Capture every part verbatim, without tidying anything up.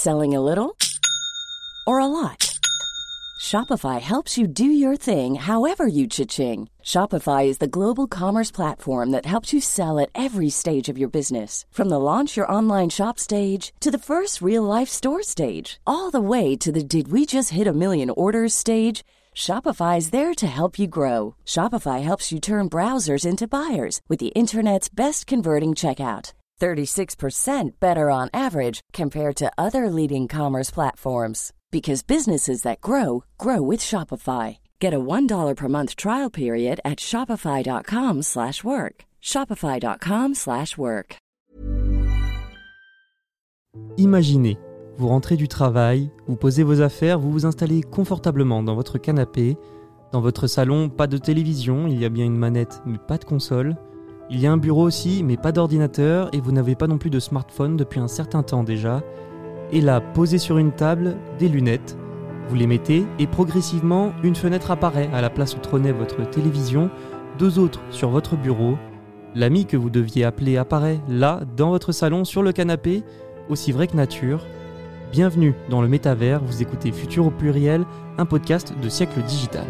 Selling a little or a lot? Shopify helps you do your thing however you cha-ching. Shopify is the global commerce platform that helps you sell at every stage of your business. From the launch your online shop stage to the first real-life store stage, all the way to the did we just hit a million orders stage. Shopify is there to help you grow. Shopify helps you turn browsers into buyers with the internet's best converting checkout. thirty-six percent better on average compared to other leading commerce platforms. Because businesses that grow, grow with Shopify. Get a one dollar per month trial period at shopify.com slash work. Shopify.com slash work. Imaginez, vous rentrez du travail, vous posez vos affaires, vous vous installez confortablement dans votre canapé. Dans votre salon, pas de télévision, il y a bien une manette mais pas de console. Il y a un bureau aussi mais pas d'ordinateur et vous n'avez pas non plus de smartphone depuis un certain temps déjà. Et là, posé sur une table, des lunettes. Vous les mettez et progressivement, une fenêtre apparaît à la place où trônait votre télévision, deux autres sur votre bureau. L'ami que vous deviez appeler apparaît là, dans votre salon, sur le canapé, aussi vrai que nature. Bienvenue dans le métavers, vous écoutez Futur au pluriel, un podcast de Siècle Digital.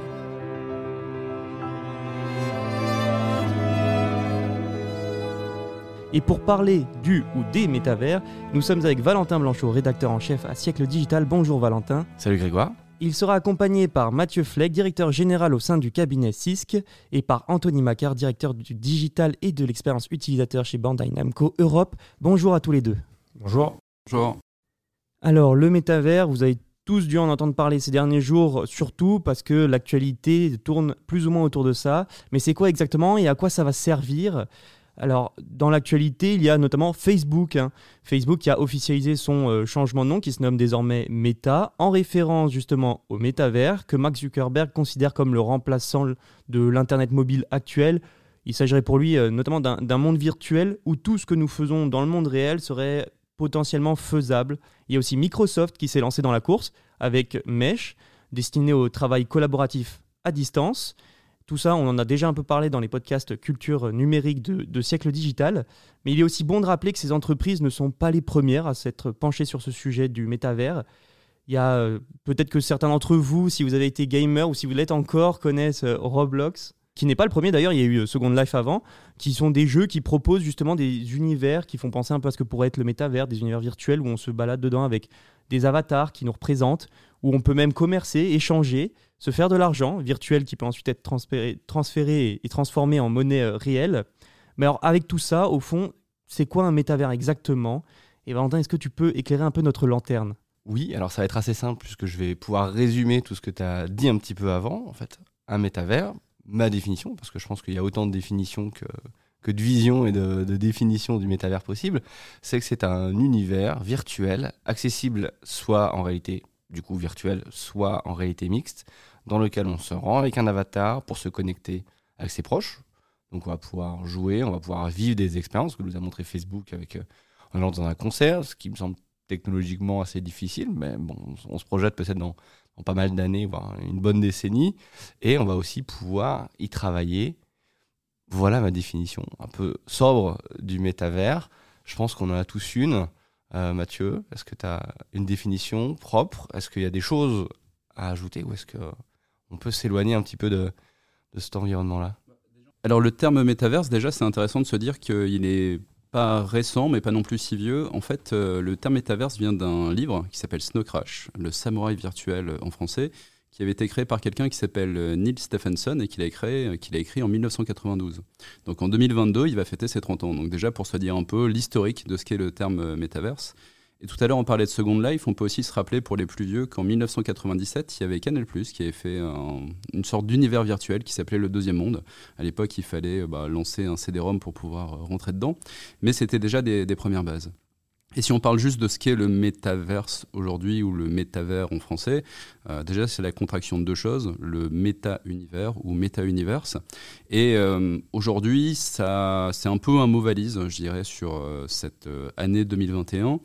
Et pour parler du ou des métavers, nous sommes avec Valentin Blanchot, rédacteur en chef à Siècle Digital. Bonjour Valentin. Salut Grégoire. Il sera accompagné par Mathieu Fleck, directeur général au sein du cabinet C I S C, et par Anthony Macquart, directeur du digital et de l'expérience utilisateur chez Bandai Namco Europe. Bonjour à tous les deux. Bonjour. Bonjour. Alors, le métavers, vous avez tous dû en entendre parler ces derniers jours, surtout parce que l'actualité tourne plus ou moins autour de ça. Mais c'est quoi exactement et à quoi ça va servir ? Alors, dans l'actualité, il y a notamment Facebook. Hein. Facebook qui a officialisé son euh, changement de nom, qui se nomme désormais Meta, en référence justement au métavers, que Mark Zuckerberg considère comme le remplaçant de l'Internet mobile actuel. Il s'agirait pour lui euh, notamment d'un, d'un monde virtuel où tout ce que nous faisons dans le monde réel serait potentiellement faisable. Il y a aussi Microsoft qui s'est lancé dans la course avec Mesh, destiné au travail collaboratif à distance. Tout ça, on en a déjà un peu parlé dans les podcasts culture numérique de, de Siècle Digital. Mais il est aussi bon de rappeler que ces entreprises ne sont pas les premières à s'être penchées sur ce sujet du métavers. Il y a euh, peut-être que certains d'entre vous, si vous avez été gamer ou si vous l'êtes encore, connaissent euh, Roblox, qui n'est pas le premier d'ailleurs, il y a eu Second Life avant, qui sont des jeux qui proposent justement des univers qui font penser un peu à ce que pourrait être le métavers, des univers virtuels où on se balade dedans avec des avatars qui nous représentent, où on peut même commercer, échanger, se faire de l'argent virtuel qui peut ensuite être transféré, transféré et transformé en monnaie euh, réelle. Mais alors avec tout ça, au fond, c'est quoi un métavers exactement ? Et Valentin, est-ce que tu peux éclairer un peu notre lanterne ? Oui, alors ça va être assez simple puisque je vais pouvoir résumer tout ce que tu as dit un petit peu avant. En fait, un métavers, ma définition, parce que je pense qu'il y a autant de définitions que, que de visions et de, de définitions du métavers possible, c'est que c'est un univers virtuel, accessible soit en réalité du coup virtuel, soit en réalité mixte, dans lequel on se rend avec un avatar pour se connecter avec ses proches. Donc on va pouvoir jouer, on va pouvoir vivre des expériences que nous a montré Facebook avec euh, en allant dans un concert, ce qui me semble technologiquement assez difficile, mais bon, on se projette peut-être dans, dans pas mal d'années, voire une bonne décennie, et on va aussi pouvoir y travailler. Voilà ma définition, un peu sobre du métavers. Je pense qu'on en a tous une. Euh, Mathieu, est-ce que tu as une définition propre ? Est-ce qu'il y a des choses à ajouter ou est-ce qu'on peut s'éloigner un petit peu de, de cet environnement-là ? Alors le terme métaverse, déjà c'est intéressant de se dire qu'il n'est pas récent mais pas non plus si vieux. En fait, euh, le terme métaverse vient d'un livre qui s'appelle Snow Crash, le samouraï virtuel en français, qui avait été créé par quelqu'un qui s'appelle Neil Stephenson et qu'il a, créé, qu'il a écrit en dix-neuf cent quatre-vingt-douze. Donc en deux mille vingt-deux, il va fêter ses trente ans. Donc déjà pour se dire un peu l'historique de ce qu'est le terme métaverse. Et tout à l'heure on parlait de Second Life, on peut aussi se rappeler pour les plus vieux qu'en dix-neuf cent quatre-vingt-dix-sept, il y avait Canal plus, qui avait fait un, une sorte d'univers virtuel qui s'appelait Le Deuxième Monde. À l'époque il fallait bah, lancer un C D-ROM pour pouvoir rentrer dedans, mais c'était déjà des, des premières bases. Et si on parle juste de ce qu'est le métaverse aujourd'hui ou le métavers en français, euh, déjà c'est la contraction de deux choses, le méta-univers ou méta-universe. Et euh, aujourd'hui, ça, c'est un peu un mot valise, je dirais, sur euh, cette euh, année deux mille vingt et un,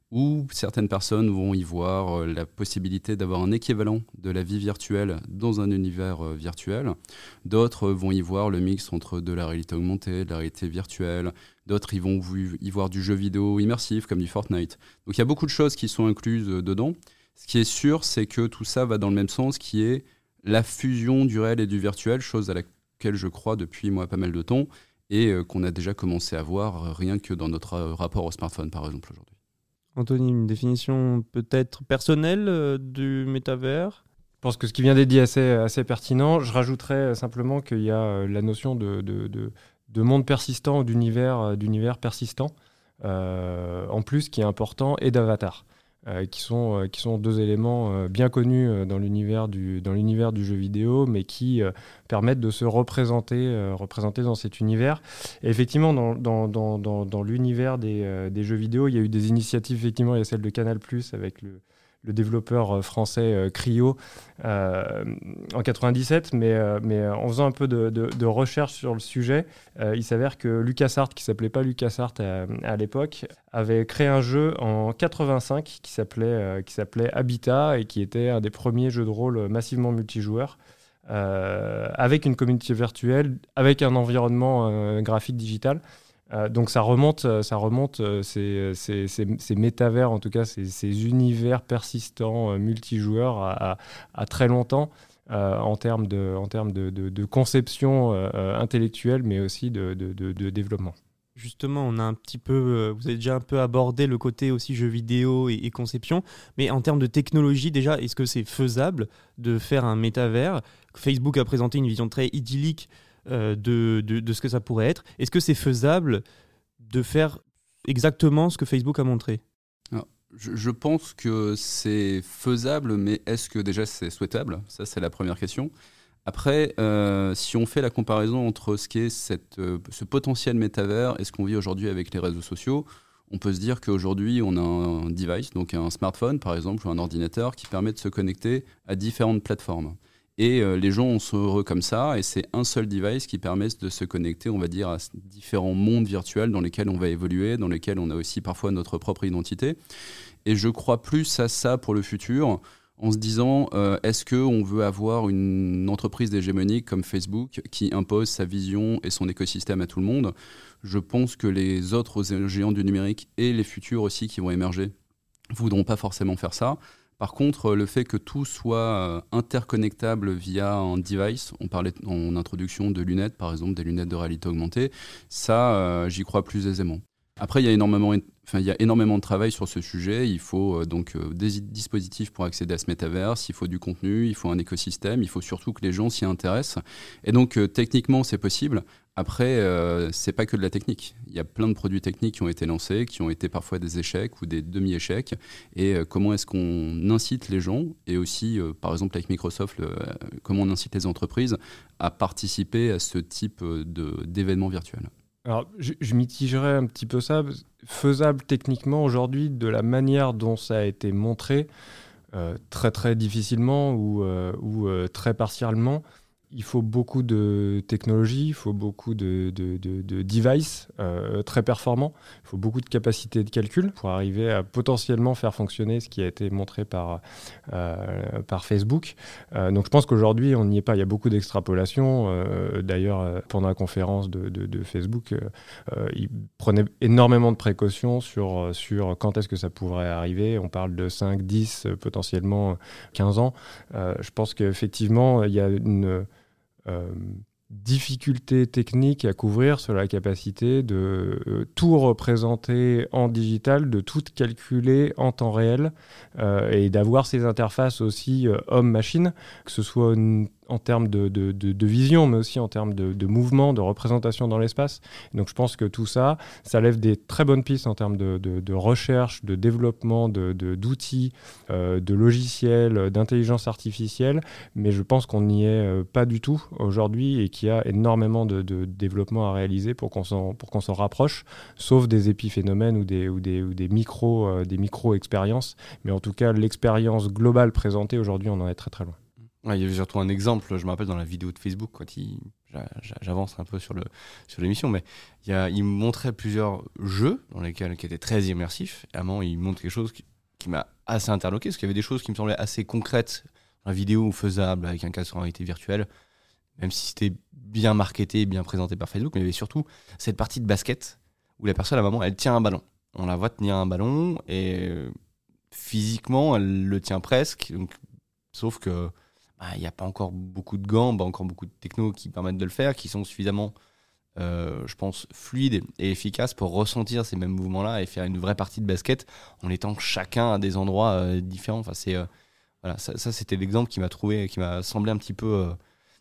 où certaines personnes vont y voir la possibilité d'avoir un équivalent de la vie virtuelle dans un univers virtuel. D'autres vont y voir le mix entre de la réalité augmentée, de la réalité virtuelle. D'autres y vont y voir du jeu vidéo immersif comme du Fortnite. Donc il y a beaucoup de choses qui sont incluses dedans. Ce qui est sûr, c'est que tout ça va dans le même sens, qui est la fusion du réel et du virtuel, chose à laquelle je crois depuis moi pas mal de temps et qu'on a déjà commencé à voir rien que dans notre rapport au smartphone par exemple aujourd'hui. Anthony, une définition peut-être personnelle euh, du métavers ? Je pense que ce qui vient d'être dit est assez, assez pertinent. Je rajouterais simplement qu'il y a la notion de, de, de, de monde persistant ou d'univers, d'univers persistant, euh, en plus qui est important, et d'avatar, euh, qui, sont, euh, qui sont deux éléments euh, bien connus euh, dans, l'univers du, dans l'univers du jeu vidéo, mais qui euh, permettent de se représenter, euh, représenter dans cet univers. Et effectivement, dans, dans, dans, dans, dans l'univers des, euh, des jeux vidéo, il y a eu des initiatives, effectivement, il y a celle de Canal+, avec le le développeur français euh, Cryo euh, en quatre-vingt-dix-sept, mais, euh, mais en faisant un peu de, de, de recherche sur le sujet, euh, il s'avère que LucasArts, qui ne s'appelait pas LucasArts à, à l'époque, avait créé un jeu en quatre-vingt-cinq qui s'appelait, euh, qui s'appelait Habitat et qui était un des premiers jeux de rôle massivement multijoueurs, euh, avec une communauté virtuelle, avec un environnement euh, graphique digital. Euh, donc ça remonte, ça remonte euh, ces, ces, ces, ces métavers, en tout cas ces, ces univers persistants, euh, multijoueurs à, à, à très longtemps euh, en termes de, en termes de, de, de conception euh, intellectuelle, mais aussi de, de, de, de développement. Justement, on a un petit peu, euh, vous avez déjà un peu abordé le côté aussi jeux vidéo et, et conception, mais en termes de technologie, déjà, est-ce que c'est faisable de faire un métavers ? Facebook a présenté une vision très idyllique Euh, de, de, de ce que ça pourrait être. Est-ce que c'est faisable de faire exactement ce que Facebook a montré ? Alors, je, je pense que c'est faisable, mais est-ce que déjà c'est souhaitable ? Ça, c'est la première question. Après, euh, si on fait la comparaison entre ce qu'est cette, euh, ce potentiel métavers et ce qu'on vit aujourd'hui avec les réseaux sociaux, on peut se dire qu'aujourd'hui, on a un device, donc un smartphone par exemple, ou un ordinateur qui permet de se connecter à différentes plateformes. Et euh, les gens sont heureux comme ça, et c'est un seul device qui permet de se connecter, on va dire, à différents mondes virtuels dans lesquels on va évoluer, dans lesquels on a aussi parfois notre propre identité. Et je crois plus à ça pour le futur, en se disant, euh, est-ce qu'on veut avoir une entreprise d'hégémonie comme Facebook qui impose sa vision et son écosystème à tout le monde ? Je pense que les autres géants du numérique et les futurs aussi qui vont émerger ne voudront pas forcément faire ça. Par contre, le fait que tout soit interconnectable via un device, on parlait en introduction de lunettes, par exemple, des lunettes de réalité augmentée, ça, euh, j'y crois plus aisément. Après, il y a énormément, enfin, il y a énormément de travail sur ce sujet. Il faut euh, donc euh, des dispositifs pour accéder à ce métaverse, il faut du contenu, il faut un écosystème, il faut surtout que les gens s'y intéressent. Et donc, euh, techniquement, c'est possible. Après, euh, c'est pas que de la technique. Il y a plein de produits techniques qui ont été lancés, qui ont été parfois des échecs ou des demi-échecs. Et euh, comment est-ce qu'on incite les gens, et aussi, euh, par exemple, avec Microsoft, le, euh, comment on incite les entreprises à participer à ce type de, d'événements virtuels ? Alors, je, je mitigerais un petit peu ça. Faisable techniquement aujourd'hui, de la manière dont ça a été montré, euh, très très difficilement ou, euh, ou euh, très partiellement. Il faut beaucoup de technologie, il faut beaucoup de, de, de, de devices euh, très performants, il faut beaucoup de capacités de calcul pour arriver à potentiellement faire fonctionner ce qui a été montré par, euh, par Facebook. Euh, donc je pense qu'aujourd'hui, on n'y est pas. Il y a beaucoup d'extrapolations. Euh, d'ailleurs, euh, pendant la conférence de, de, de Facebook, euh, ils prenaient énormément de précautions sur, sur quand est-ce que ça pourrait arriver. On parle de cinq, dix, potentiellement quinze ans. Euh, je pense qu'effectivement, il y a une... Euh, difficulté technique à couvrir sur la capacité de euh, tout représenter en digital, de tout calculer en temps réel euh, et d'avoir ces interfaces aussi euh, homme-machine, que ce soit une, en termes de, de, de, de vision, mais aussi en termes de, de mouvement, de représentation dans l'espace. Donc je pense que tout ça, ça lève des très bonnes pistes en termes de, de, de recherche, de développement, de, de, d'outils, euh, de logiciels, d'intelligence artificielle, mais je pense qu'on n'y est euh, pas du tout aujourd'hui et qu'il y a énormément de, de développement à réaliser pour qu'on s'en, pour qu'on s'en rapproche, sauf des épiphénomènes ou des, ou des, ou des micro, euh, des micro-expériences. Mais en tout cas, l'expérience globale présentée aujourd'hui, on en est très très loin. Ouais, il y avait surtout un exemple, je me rappelle dans la vidéo de Facebook, quand il, j'avance un peu sur, le, sur l'émission, mais il, y a, il montrait plusieurs jeux dans lesquels, qui étaient très immersifs. Et à un moment, il montre quelque chose qui, qui m'a assez interloqué, parce qu'il y avait des choses qui me semblaient assez concrètes dans la vidéo ou faisables avec un casque en réalité virtuelle, même si c'était bien marketé, bien présenté par Facebook, mais il y avait surtout cette partie de basket où la personne, à un moment, elle tient un ballon. On la voit tenir un ballon et physiquement, elle le tient presque, donc, sauf que il bah, n'y a pas encore beaucoup de gants, pas encore beaucoup de technos qui permettent de le faire, qui sont suffisamment, euh, je pense, fluides et efficaces pour ressentir ces mêmes mouvements-là et faire une vraie partie de basket en étant chacun à des endroits euh, différents. Enfin, c'est, euh, voilà, ça, ça, c'était l'exemple qui m'a trouvé, qui m'a semblé un petit peu, euh,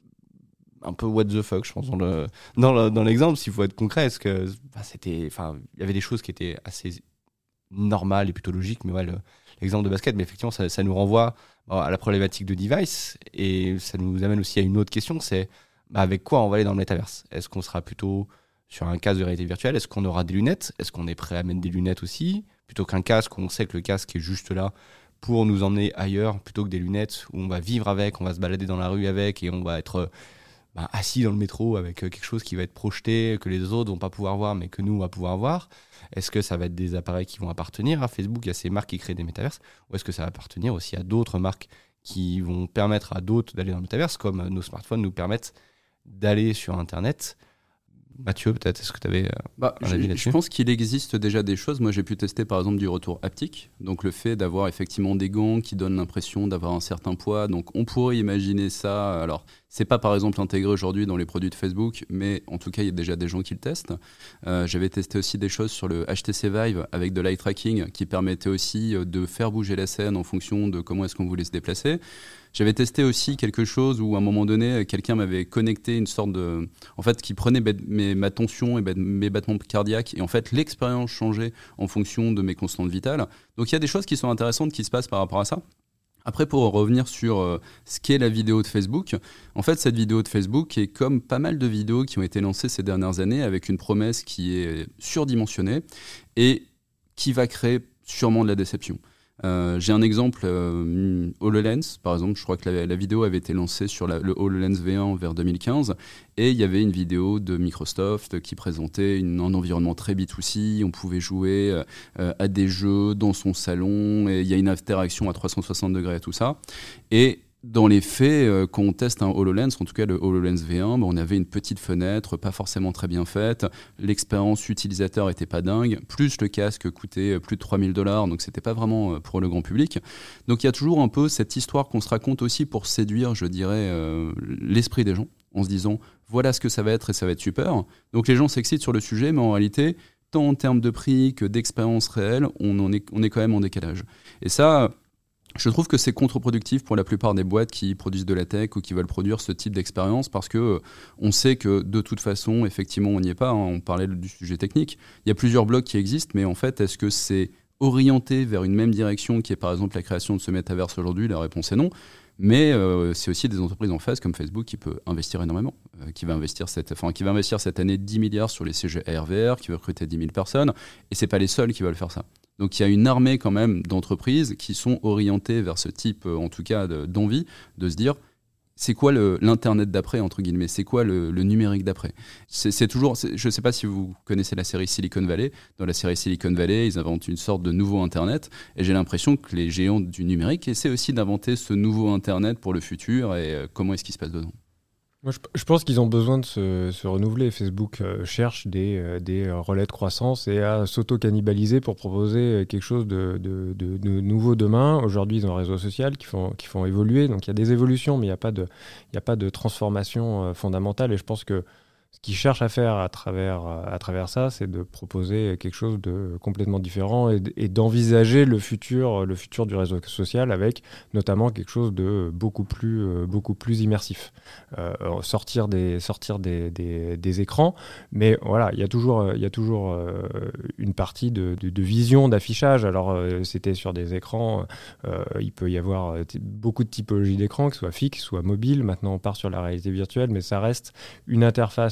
un peu what the fuck, je pense, dans, le, dans, le, dans l'exemple, s'il faut être concret, parce que bah, c'était, enfin, il y avait des choses qui étaient assez normales et plutôt logiques, mais ouais, le, l'exemple de basket, mais effectivement, ça, ça nous renvoie à la problématique de device, et ça nous amène aussi à une autre question, c'est bah, avec quoi on va aller dans le métaverse ? Est-ce qu'on sera plutôt sur un casque de réalité virtuelle ? Est-ce qu'on aura des lunettes ? Est-ce qu'on est prêt à mettre des lunettes aussi ? Plutôt qu'un casque, on sait que le casque est juste là pour nous emmener ailleurs, plutôt que des lunettes où on va vivre avec, on va se balader dans la rue avec, et on va être bah, assis dans le métro avec quelque chose qui va être projeté, que les autres vont pas pouvoir voir, mais que nous, on va pouvoir voir. Est-ce que ça va être des appareils qui vont appartenir à Facebook, à ces marques qui créent des métaverses, ou est-ce que ça va appartenir aussi à d'autres marques qui vont permettre à d'autres d'aller dans le métaverse, comme nos smartphones nous permettent d'aller sur Internet ? Mathieu, peut-être, est-ce que tu avais bah, un avis je, là-dessus ? Je pense qu'il existe déjà des choses. Moi, j'ai pu tester, par exemple, du retour haptique. Donc, le fait d'avoir effectivement des gants qui donnent l'impression d'avoir un certain poids. Donc, on pourrait imaginer ça. Alors, c'est pas, par exemple, intégré aujourd'hui dans les produits de Facebook, mais en tout cas, il y a déjà des gens qui le testent. Euh, j'avais testé aussi des choses sur le H T C Vive avec de l'eye tracking qui permettait aussi de faire bouger la scène en fonction de comment est-ce qu'on voulait se déplacer. J'avais testé aussi quelque chose où, à un moment donné, quelqu'un m'avait connecté une sorte de... En fait, qui prenait mes, ma tension et mes battements cardiaques. Et en fait, l'expérience changeait en fonction de mes constantes vitales. Donc, il y a des choses qui sont intéressantes qui se passent par rapport à ça. Après, pour revenir sur euh, ce qu'est la vidéo de Facebook, en fait, cette vidéo de Facebook est comme pas mal de vidéos qui ont été lancées ces dernières années avec une promesse qui est surdimensionnée et qui va créer sûrement de la déception. Euh, j'ai un exemple, euh, HoloLens, par exemple, je crois que la, la vidéo avait été lancée sur la, le HoloLens V un vers deux mille quinze, et il y avait une vidéo de Microsoft qui présentait une, un environnement très B deux C, on pouvait jouer euh, à des jeux dans son salon, et il y a une interaction à trois cent soixante degrés et tout ça, et dans les faits, euh, quand on teste un HoloLens, en tout cas le HoloLens V un, bah, on avait une petite fenêtre, pas forcément très bien faite, l'expérience utilisateur était pas dingue, plus le casque coûtait plus de trois mille dollars, donc c'était pas vraiment pour le grand public. Donc il y a toujours un peu cette histoire qu'on se raconte aussi pour séduire, je dirais, euh, l'esprit des gens, en se disant voilà ce que ça va être et ça va être super. Donc les gens s'excitent sur le sujet, mais en réalité, tant en termes de prix que d'expérience réelle, on, en est, on est quand même en décalage. Et ça... Je trouve que c'est contre-productif pour la plupart des boîtes qui produisent de la tech ou qui veulent produire ce type d'expérience parce que euh, on sait que de toute façon, effectivement, on n'y est pas. Hein, on parlait du sujet technique. Il y a plusieurs blogs qui existent, mais en fait, est-ce que c'est orienté vers une même direction qui est par exemple la création de ce métaverse aujourd'hui ? La réponse est non. Mais euh, c'est aussi des entreprises en face comme Facebook qui peut investir énormément, euh, qui va investir cette, enfin, qui va investir cette année dix milliards sur les C G A R V R, qui va recruter dix mille personnes, et c'est pas les seuls qui veulent faire ça. Donc il y a une armée quand même d'entreprises qui sont orientées vers ce type, euh, en tout cas, de, d'envie de se dire c'est quoi le, l'internet d'après, entre guillemets, c'est quoi le, le numérique d'après. C'est, c'est toujours, c'est, je ne sais pas si vous connaissez la série Silicon Valley. Dans la série Silicon Valley, ils inventent une sorte de nouveau internet, et j'ai l'impression que les géants du numérique essaient aussi d'inventer ce nouveau internet pour le futur, et euh, comment est-ce qu'il se passe dedans. Moi, je, je pense qu'ils ont besoin de se, se renouveler. Facebook euh, cherche des, euh, des relais de croissance et à s'auto-cannibaliser pour proposer quelque chose de, de, de, de nouveau demain. Aujourd'hui, ils ont un réseau social qui font, qui font évoluer. Donc, il y a des évolutions, mais il n'y a pas de, il n'y a pas de transformation euh, fondamentale. Et je pense que ce qu'ils cherchent à faire à travers, à travers ça, c'est de proposer quelque chose de complètement différent et, et d'envisager le futur, le futur du réseau social avec notamment quelque chose de beaucoup plus, beaucoup plus immersif. Euh, sortir des, sortir des, des, des écrans, mais voilà, il y a toujours, il y a toujours une partie de, de, de vision, d'affichage. Alors, c'était sur des écrans, euh, il peut y avoir beaucoup de typologies d'écrans, que ce soit fixe, soit mobile. Maintenant, on part sur la réalité virtuelle, mais ça reste une interface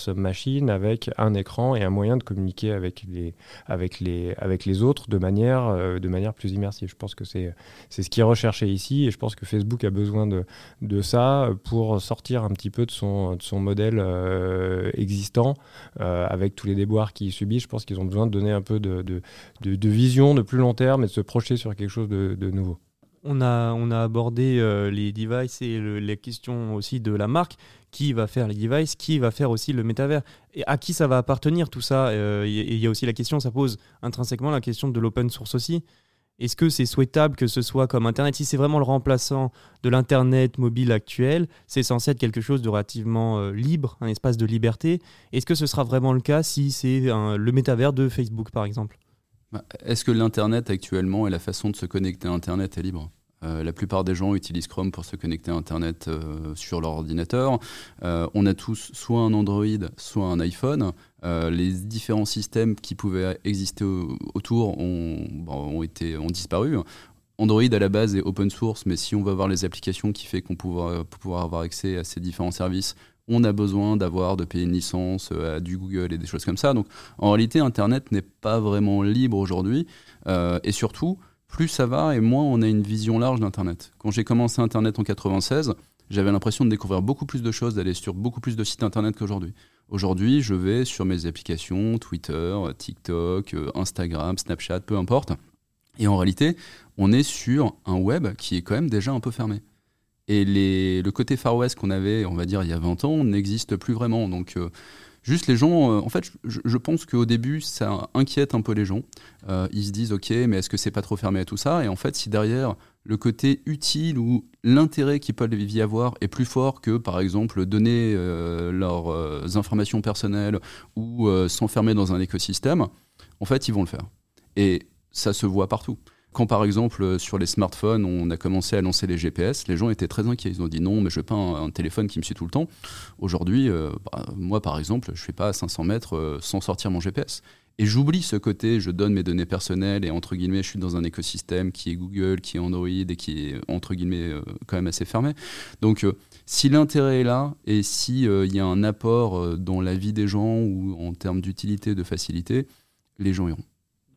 grosse machine avec un écran et un moyen de communiquer avec les, avec les, avec les autres de manière, euh, de manière plus immersive. Je pense que c'est, c'est ce qui est recherché ici et je pense que Facebook a besoin de, de ça pour sortir un petit peu de son, de son modèle euh, existant euh, avec tous les déboires qu'il subit. Je pense qu'ils ont besoin de donner un peu de, de, de, de vision de plus long terme et de se projeter sur quelque chose de, de nouveau. On a, on a abordé euh, les devices et le, les questions aussi de la marque. Qui va faire les devices? Qui va faire aussi le métavers? Et à qui ça va appartenir tout ça? euh, Et il y a aussi la question, ça pose intrinsèquement la question de l'open source aussi. Est-ce que c'est souhaitable que ce soit comme Internet? Si c'est vraiment le remplaçant de l'Internet mobile actuel, c'est censé être quelque chose de relativement euh, libre, un espace de liberté. Est-ce que ce sera vraiment le cas si c'est un, le métavers de Facebook par exemple? Est-ce que l'Internet actuellement et la façon de se connecter à Internet est libre ? Euh, la plupart des gens utilisent Chrome pour se connecter à Internet euh, sur leur ordinateur. Euh, on a tous soit un Android, soit un iPhone. Euh, les différents systèmes qui pouvaient exister au- autour ont, bon, ont, été, ont disparu. Android à la base est open source, mais si on veut avoir les applications qui fait qu'on pourra, pour pouvoir avoir accès à ces différents services, on a besoin d'avoir de payer une licence euh, à du Google et des choses comme ça. Donc en réalité, Internet n'est pas vraiment libre aujourd'hui. Euh, et surtout, plus ça va et moins on a une vision large d'Internet. Quand j'ai commencé Internet en quatre-vingt-seize, j'avais l'impression de découvrir beaucoup plus de choses, d'aller sur beaucoup plus de sites Internet qu'aujourd'hui. Aujourd'hui, je vais sur mes applications, Twitter, TikTok, euh, Instagram, Snapchat, peu importe. Et en réalité, on est sur un web qui est quand même déjà un peu fermé. Et les, le côté Far West qu'on avait, on va dire, il y a vingt ans, n'existe plus vraiment. Donc, euh, juste les gens, euh, en fait, je, je pense qu'au début, ça inquiète un peu les gens. Euh, ils se disent, OK, mais est-ce que c'est pas trop fermé à tout ça? Et en fait, si derrière, le côté utile ou l'intérêt qu'ils peuvent y avoir est plus fort que, par exemple, donner euh, leurs euh, informations personnelles ou euh, s'enfermer dans un écosystème, en fait, ils vont le faire. Et ça se voit partout. Quand par exemple sur les smartphones on a commencé à lancer les G P S, les gens étaient très inquiets. Ils ont dit non mais je veux pas un, un téléphone qui me suit tout le temps. Aujourd'hui, euh, bah, moi par exemple, je fais pas à cinq cents mètres euh, sans sortir mon G P S. Et j'oublie ce côté, je donne mes données personnelles et entre guillemets je suis dans un écosystème qui est Google, qui est Android et qui est entre guillemets euh, quand même assez fermé. Donc euh, si l'intérêt est là et si il euh, y a un apport euh, dans la vie des gens ou en termes d'utilité, de facilité, les gens iront.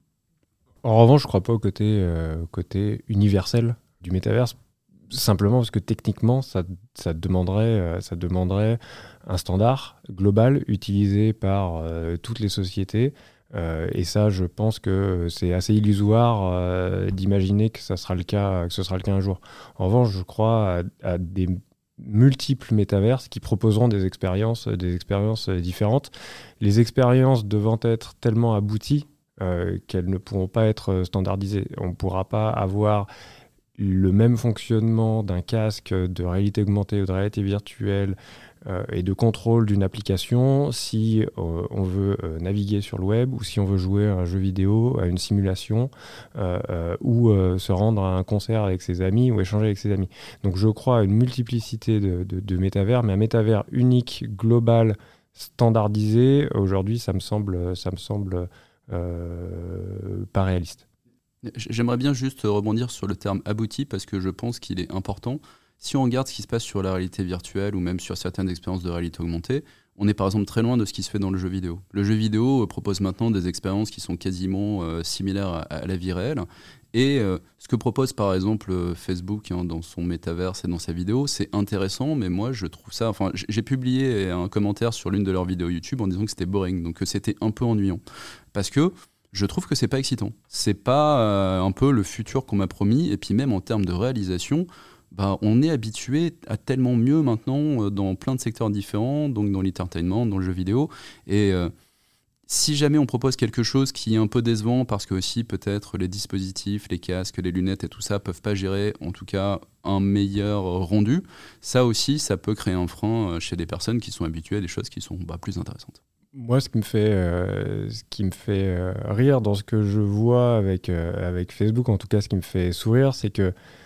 En revanche, je ne crois pas au côté, euh, côté universel du métaverse, simplement parce que techniquement, ça, ça, demanderait, euh, ça demanderait un standard global utilisé par euh, toutes les sociétés. Euh, et ça, je pense que c'est assez illusoire euh, d'imaginer que ça sera le cas, que ce sera le cas un jour. En revanche, je crois à, à des multiples métaverses qui proposeront des expériences, des expériences différentes. Les expériences devant être tellement abouties, Euh, qu'elles ne pourront pas être standardisées. On ne pourra pas avoir le même fonctionnement d'un casque de réalité augmentée ou de réalité virtuelle euh, et de contrôle d'une application si euh, on veut euh, naviguer sur le web ou si on veut jouer à un jeu vidéo, à une simulation euh, euh, ou euh, se rendre à un concert avec ses amis ou échanger avec ses amis. Donc je crois à une multiplicité de, de, de métavers, mais un métavers unique, global, standardisé, aujourd'hui ça me semble... Ça me semble Euh, pas réaliste. J'aimerais bien juste rebondir sur le terme abouti parce que je pense qu'il est important. Si on regarde ce qui se passe sur la réalité virtuelle ou même sur certaines expériences de réalité augmentée, on est par exemple très loin de ce qui se fait dans le jeu vidéo. Le jeu vidéo propose maintenant des expériences qui sont quasiment euh, similaires à, à la vie réelle. Et euh, ce que propose par exemple Facebook hein, dans son métaverse et dans sa vidéo, c'est intéressant, mais moi je trouve ça... Enfin, j'ai publié un commentaire sur l'une de leurs vidéos YouTube en disant que c'était boring, donc que c'était un peu ennuyant. Parce que je trouve que c'est pas excitant. C'est pas euh, un peu le futur qu'on m'a promis, et puis même en termes de réalisation, bah, on est habitué à tellement mieux maintenant euh, dans plein de secteurs différents, donc dans l'entertainment, dans le jeu vidéo, et... Euh, Si jamais on propose quelque chose qui est un peu décevant parce que aussi peut-être les dispositifs, les casques, les lunettes et tout ça peuvent pas gérer en tout cas un meilleur rendu, ça aussi ça peut créer un frein chez des personnes qui sont habituées à des choses qui sont bah, plus intéressantes. Moi, ce qui me fait, euh, ce qui me fait euh, rire dans ce que je vois avec, euh, avec Facebook, en tout cas ce qui me fait sourire, c'est que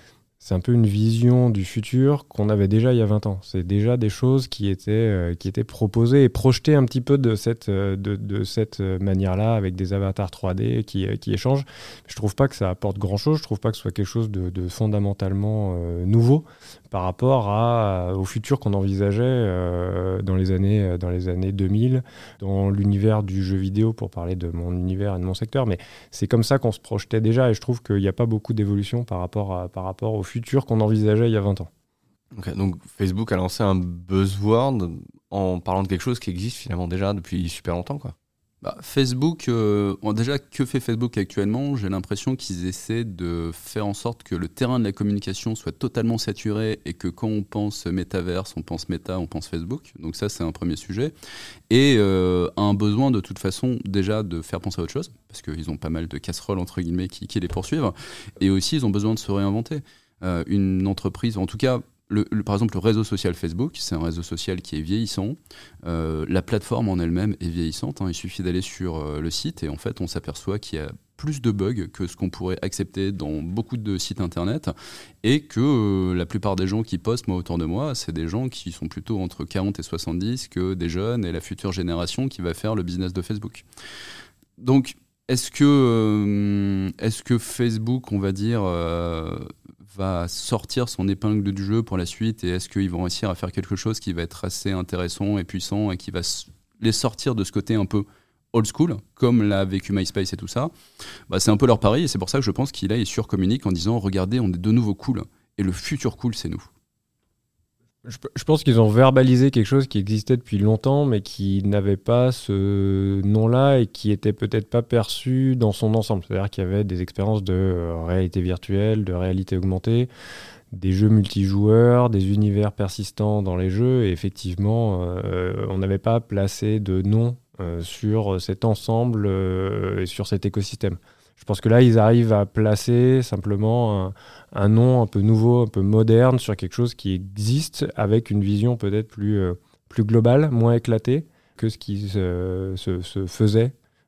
c'est un peu une vision du futur qu'on avait déjà il y a vingt ans. C'est déjà des choses qui étaient, euh, qui étaient proposées et projetées un petit peu de cette, de, de cette manière-là, avec des avatars trois D qui, qui échangent. Je trouve pas que ça apporte grand-chose, je trouve pas que ce soit quelque chose de, de fondamentalement euh, nouveau par rapport à, au futur qu'on envisageait euh, dans, les années, dans les années deux mille, dans l'univers du jeu vidéo, pour parler de mon univers et de mon secteur. Mais c'est comme ça qu'on se projetait déjà, et je trouve qu'il n'y a pas beaucoup d'évolution par rapport, à, par rapport au futur qu'on envisageait il y a vingt ans. Okay, donc Facebook a lancé un buzzword en parlant de quelque chose qui existe finalement déjà depuis super longtemps, quoi. Bah, Facebook, euh, bon, déjà, que fait Facebook actuellement ? J'ai l'impression qu'ils essaient de faire en sorte que le terrain de la communication soit totalement saturé et que quand on pense métaverse, on pense méta, on pense Facebook. Donc ça, c'est un premier sujet. Et euh, un besoin de toute façon déjà de faire penser à autre chose, parce qu'ils ont pas mal de casseroles, entre guillemets, qui, qui les poursuivent. Et aussi, ils ont besoin de se réinventer. Euh, une entreprise, en tout cas... Le, le, par exemple, le réseau social Facebook, c'est un réseau social qui est vieillissant. Euh, la plateforme en elle-même est vieillissante. Hein. Il suffit d'aller sur euh, le site et en fait, on s'aperçoit qu'il y a plus de bugs que ce qu'on pourrait accepter dans beaucoup de sites internet et que euh, la plupart des gens qui postent, moi, autour de moi, c'est des gens qui sont plutôt entre quarante et soixante-dix que des jeunes et la future génération qui va faire le business de Facebook. Donc, est-ce que, euh, est-ce que Facebook, on va dire... Euh, va sortir son épingle du jeu pour la suite et est-ce qu'ils vont réussir à faire quelque chose qui va être assez intéressant et puissant et qui va les sortir de ce côté un peu old school, comme l'a vécu MySpace et tout ça, bah c'est un peu leur pari et c'est pour ça que je pense qu'il là, il surcommunique en disant « Regardez, on est de nouveau cool et le futur cool, c'est nous ». Je pense qu'ils ont verbalisé quelque chose qui existait depuis longtemps, mais qui n'avait pas ce nom-là et qui était peut-être pas perçu dans son ensemble. C'est-à-dire qu'il y avait des expériences de réalité virtuelle, de réalité augmentée, des jeux multijoueurs, des univers persistants dans les jeux. Et effectivement, euh, on n'avait pas placé de nom euh, sur cet ensemble euh, et sur cet écosystème. Je pense que là, ils arrivent à placer simplement un, un nom un peu nouveau, un peu moderne sur quelque chose qui existe avec une vision peut-être plus, euh, plus globale, moins éclatée que ce qui se, se, se faisait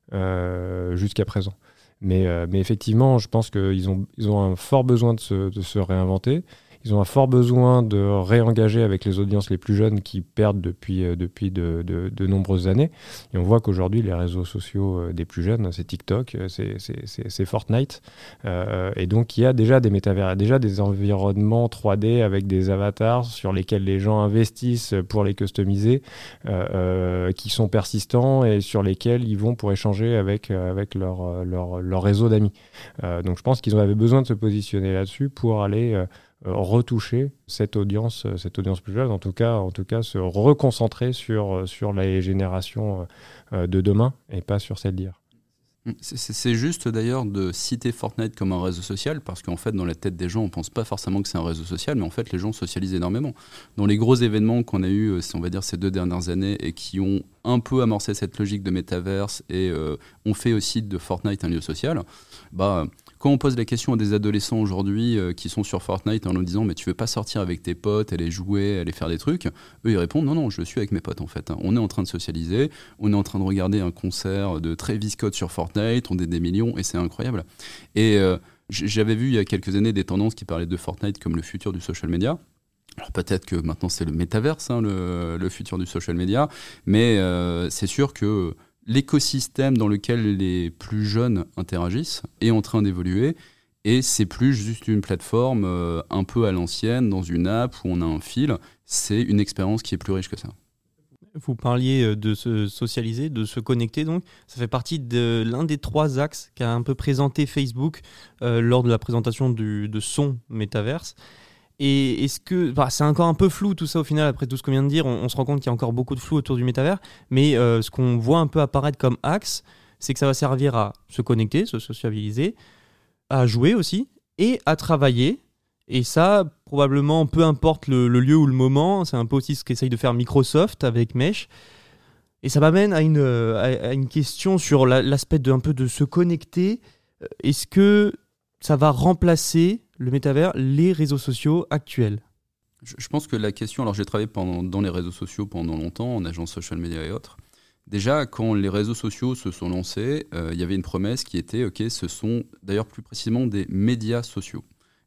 euh, jusqu'à présent. Mais, euh, mais effectivement, je pense qu'ils ont, ils ont un fort besoin de se, de se réinventer. Ils ont un fort besoin de réengager avec les audiences les plus jeunes qui perdent depuis, euh, depuis de, de, de nombreuses années. Et on voit qu'aujourd'hui, les réseaux sociaux euh, des plus jeunes, c'est TikTok, c'est, c'est, c'est, c'est Fortnite. Euh, et donc, il y a déjà des métavers, il y a déjà des environnements trois D avec des avatars sur lesquels les gens investissent pour les customiser, euh, euh, qui sont persistants et sur lesquels ils vont pour échanger avec, euh, avec leur, leur, leur réseau d'amis. Euh, donc, je pense qu'ils avaient besoin de se positionner là-dessus pour aller... Euh, retoucher cette audience, cette audience plus jeune, en tout cas, en tout cas se reconcentrer sur, sur les générations de demain et pas sur celles d'hier. C'est, c'est juste d'ailleurs de citer Fortnite comme un réseau social parce qu'en fait dans la tête des gens on pense pas forcément que c'est un réseau social mais en fait les gens socialisent énormément. Dans les gros événements qu'on a eu on va dire ces deux dernières années et qui ont un peu amorcé cette logique de métaverse et euh, ont fait aussi de Fortnite un lieu social, bah quand on pose la question à des adolescents aujourd'hui euh, qui sont sur Fortnite en leur disant mais tu veux pas sortir avec tes potes, aller jouer, aller faire des trucs, eux ils répondent non non je suis avec mes potes en fait. On est en train de socialiser, on est en train de regarder un concert de Travis Scott sur Fortnite, on est des millions et c'est incroyable. Et euh, j'avais vu il y a quelques années des tendances qui parlaient de Fortnite comme le futur du social media. Alors peut-être que maintenant c'est le métaverse, hein, le, le futur du social media, mais euh, c'est sûr que l'écosystème dans lequel les plus jeunes interagissent est en train d'évoluer et c'est plus juste une plateforme euh, un peu à l'ancienne dans une app où on a un fil, c'est une expérience qui est plus riche que ça. Vous parliez de se socialiser, de se connecter donc, ça fait partie de l'un des trois axes qu'a un peu présenté Facebook euh, lors de la présentation du, de son métaverse. Et est-ce que, bah, c'est encore un peu flou tout ça au final, après tout ce qu'on vient de dire, on, on se rend compte qu'il y a encore beaucoup de flou autour du métavers, mais euh, ce qu'on voit un peu apparaître comme axe, c'est que ça va servir à se connecter, se sociabiliser, à jouer aussi, et à travailler. Et ça, probablement, peu importe le, le lieu ou le moment, c'est un peu aussi ce qu'essaye de faire Microsoft avec Mesh. Et ça m'amène à une, à, à une question sur la, l'aspect de, un peu de se connecter. Est-ce que ça va remplacer le métavers, les réseaux sociaux actuels? Je pense que la question, alors j'ai travaillé pendant, dans les réseaux sociaux pendant longtemps, en agence social media et autres. Déjà, quand les réseaux sociaux se sont lancés, euh, il y avait une promesse qui était, ok, ce sont d'ailleurs plus précisément des médias sociaux.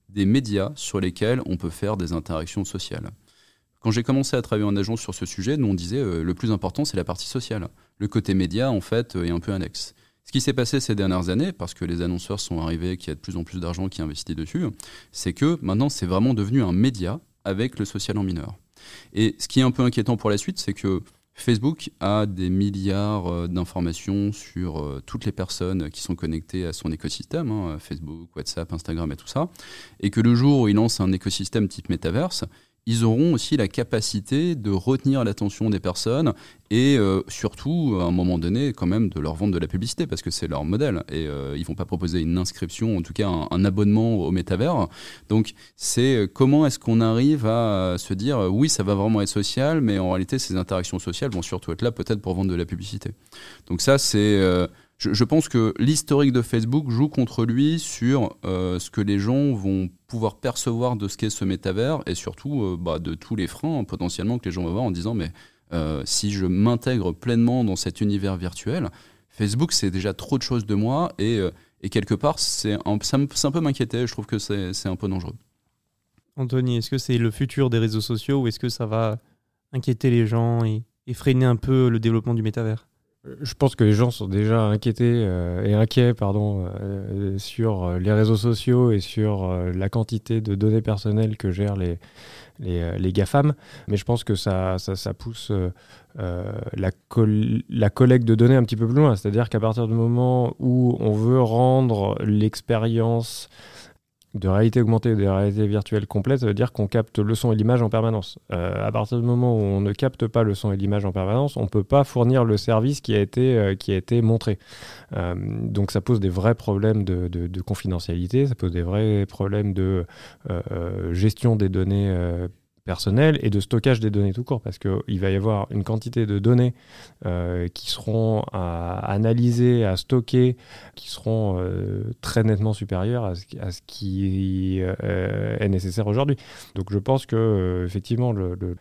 des médias sur lesquels on peut faire des interactions sociales. Quand j'ai commencé à travailler en agence sur ce sujet, nous on disait euh, le plus important c'est la partie sociale. Le côté média en fait euh, est un peu annexe. Ce qui s'est passé ces dernières années, parce que les annonceurs sont arrivés, qu'il y a de plus en plus d'argent qui est investi dessus, c'est que maintenant c'est vraiment devenu un média avec le social en mineur. Et ce qui est un peu inquiétant pour la suite, c'est que Facebook a des milliards d'informations sur euh, toutes les personnes qui sont connectées à son écosystème, hein, Facebook, WhatsApp, Instagram et tout ça, et que le jour où il lance un écosystème type métaverse, ils auront aussi la capacité de retenir l'attention des personnes et euh, surtout, à un moment donné, quand même, de leur vendre de la publicité parce que c'est leur modèle et euh, ils ne vont pas proposer une inscription, en tout cas un, un abonnement au métavers. Donc, c'est comment est-ce qu'on arrive à se dire oui, ça va vraiment être social, mais en réalité, ces interactions sociales vont surtout être là peut-être pour vendre de la publicité. Donc ça, c'est... Euh, Je, je pense que l'historique de Facebook joue contre lui sur euh, ce que les gens vont pouvoir percevoir de ce qu'est ce métavers et surtout euh, bah, de tous les freins potentiellement que les gens vont avoir en disant mais euh, si je m'intègre pleinement dans cet univers virtuel, Facebook c'est déjà trop de choses de moi et, euh, et quelque part c'est un, ça me, c'est un peu m'inquiéter, je trouve que c'est, c'est un peu dangereux. Anthony, est-ce que c'est le futur des réseaux sociaux ou est-ce que ça va inquiéter les gens et, et freiner un peu le développement du métavers ? Je pense que les gens sont déjà inquiétés euh, et inquiets pardon, euh, sur les réseaux sociaux et sur euh, la quantité de données personnelles que gèrent les, les, les GAFAM. Mais je pense que ça, ça, ça pousse euh, euh, la, col- la collecte de données un petit peu plus loin. C'est-à-dire qu'à partir du moment où on veut rendre l'expérience de réalité augmentée, de réalité virtuelle complète, ça veut dire qu'on capte le son et l'image en permanence. Euh, à partir du moment où on ne capte pas le son et l'image en permanence, on ne peut pas fournir le service qui a été, euh, qui a été montré. Euh, donc ça pose des vrais problèmes de, de, de confidentialité, ça pose des vrais problèmes de euh, gestion des données euh, personnelles et de stockage des données tout court, parce qu'il va y avoir une quantité de données euh, qui seront à analyser, à stocker, qui seront euh, très nettement supérieures à ce, à ce qui euh, est nécessaire aujourd'hui. Donc je pense que euh, effectivement le, le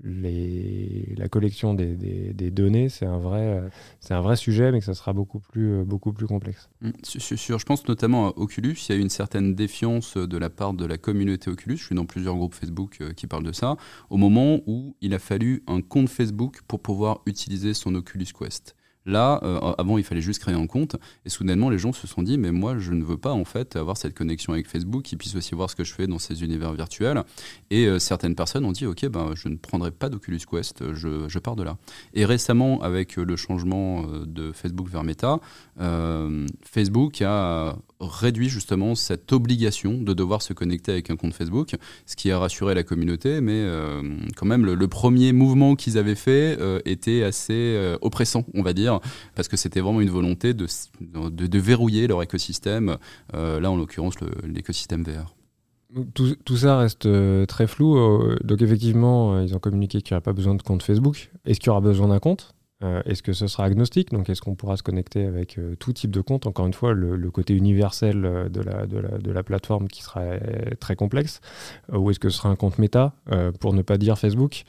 Les, la collection des, des, des données, c'est un, vrai, c'est un vrai sujet, mais que ça sera beaucoup plus, beaucoup plus complexe. Mmh, sur, sur, je pense notamment à Oculus, il y a eu une certaine défiance de la part de la communauté Oculus, je suis dans plusieurs groupes Facebook euh, qui parlent de ça, au moment où il a fallu un compte Facebook pour pouvoir utiliser son Oculus Quest. Là, euh, avant, il fallait juste créer un compte. Et soudainement, les gens se sont dit, mais moi, je ne veux pas en fait avoir cette connexion avec Facebook, qui puisse aussi voir ce que je fais dans ces univers virtuels. Et euh, certaines personnes ont dit, ok, ben, je ne prendrai pas d'Oculus Quest, je, je pars de là. Et récemment, avec le changement de Facebook vers Meta, euh, Facebook a réduit justement cette obligation de devoir se connecter avec un compte Facebook, ce qui a rassuré la communauté, mais euh, quand même, le, le premier mouvement qu'ils avaient fait euh, était assez euh, oppressant, on va dire, parce que c'était vraiment une volonté de, de, de verrouiller leur écosystème, euh, là en l'occurrence le, l'écosystème V R. Tout, tout ça reste euh, très flou, euh, donc effectivement euh, ils ont communiqué qu'il n'y aura pas besoin de compte Facebook. Est-ce qu'il y aura besoin d'un compte ? Euh, est-ce que ce sera agnostique ? Donc est-ce qu'on pourra se connecter avec euh, tout type de compte ? Encore une fois, le, le côté universel euh, de, la, de, la, de la plateforme qui sera euh, très complexe. Euh, ou est-ce que ce sera un compte méta, euh, pour ne pas dire Facebook,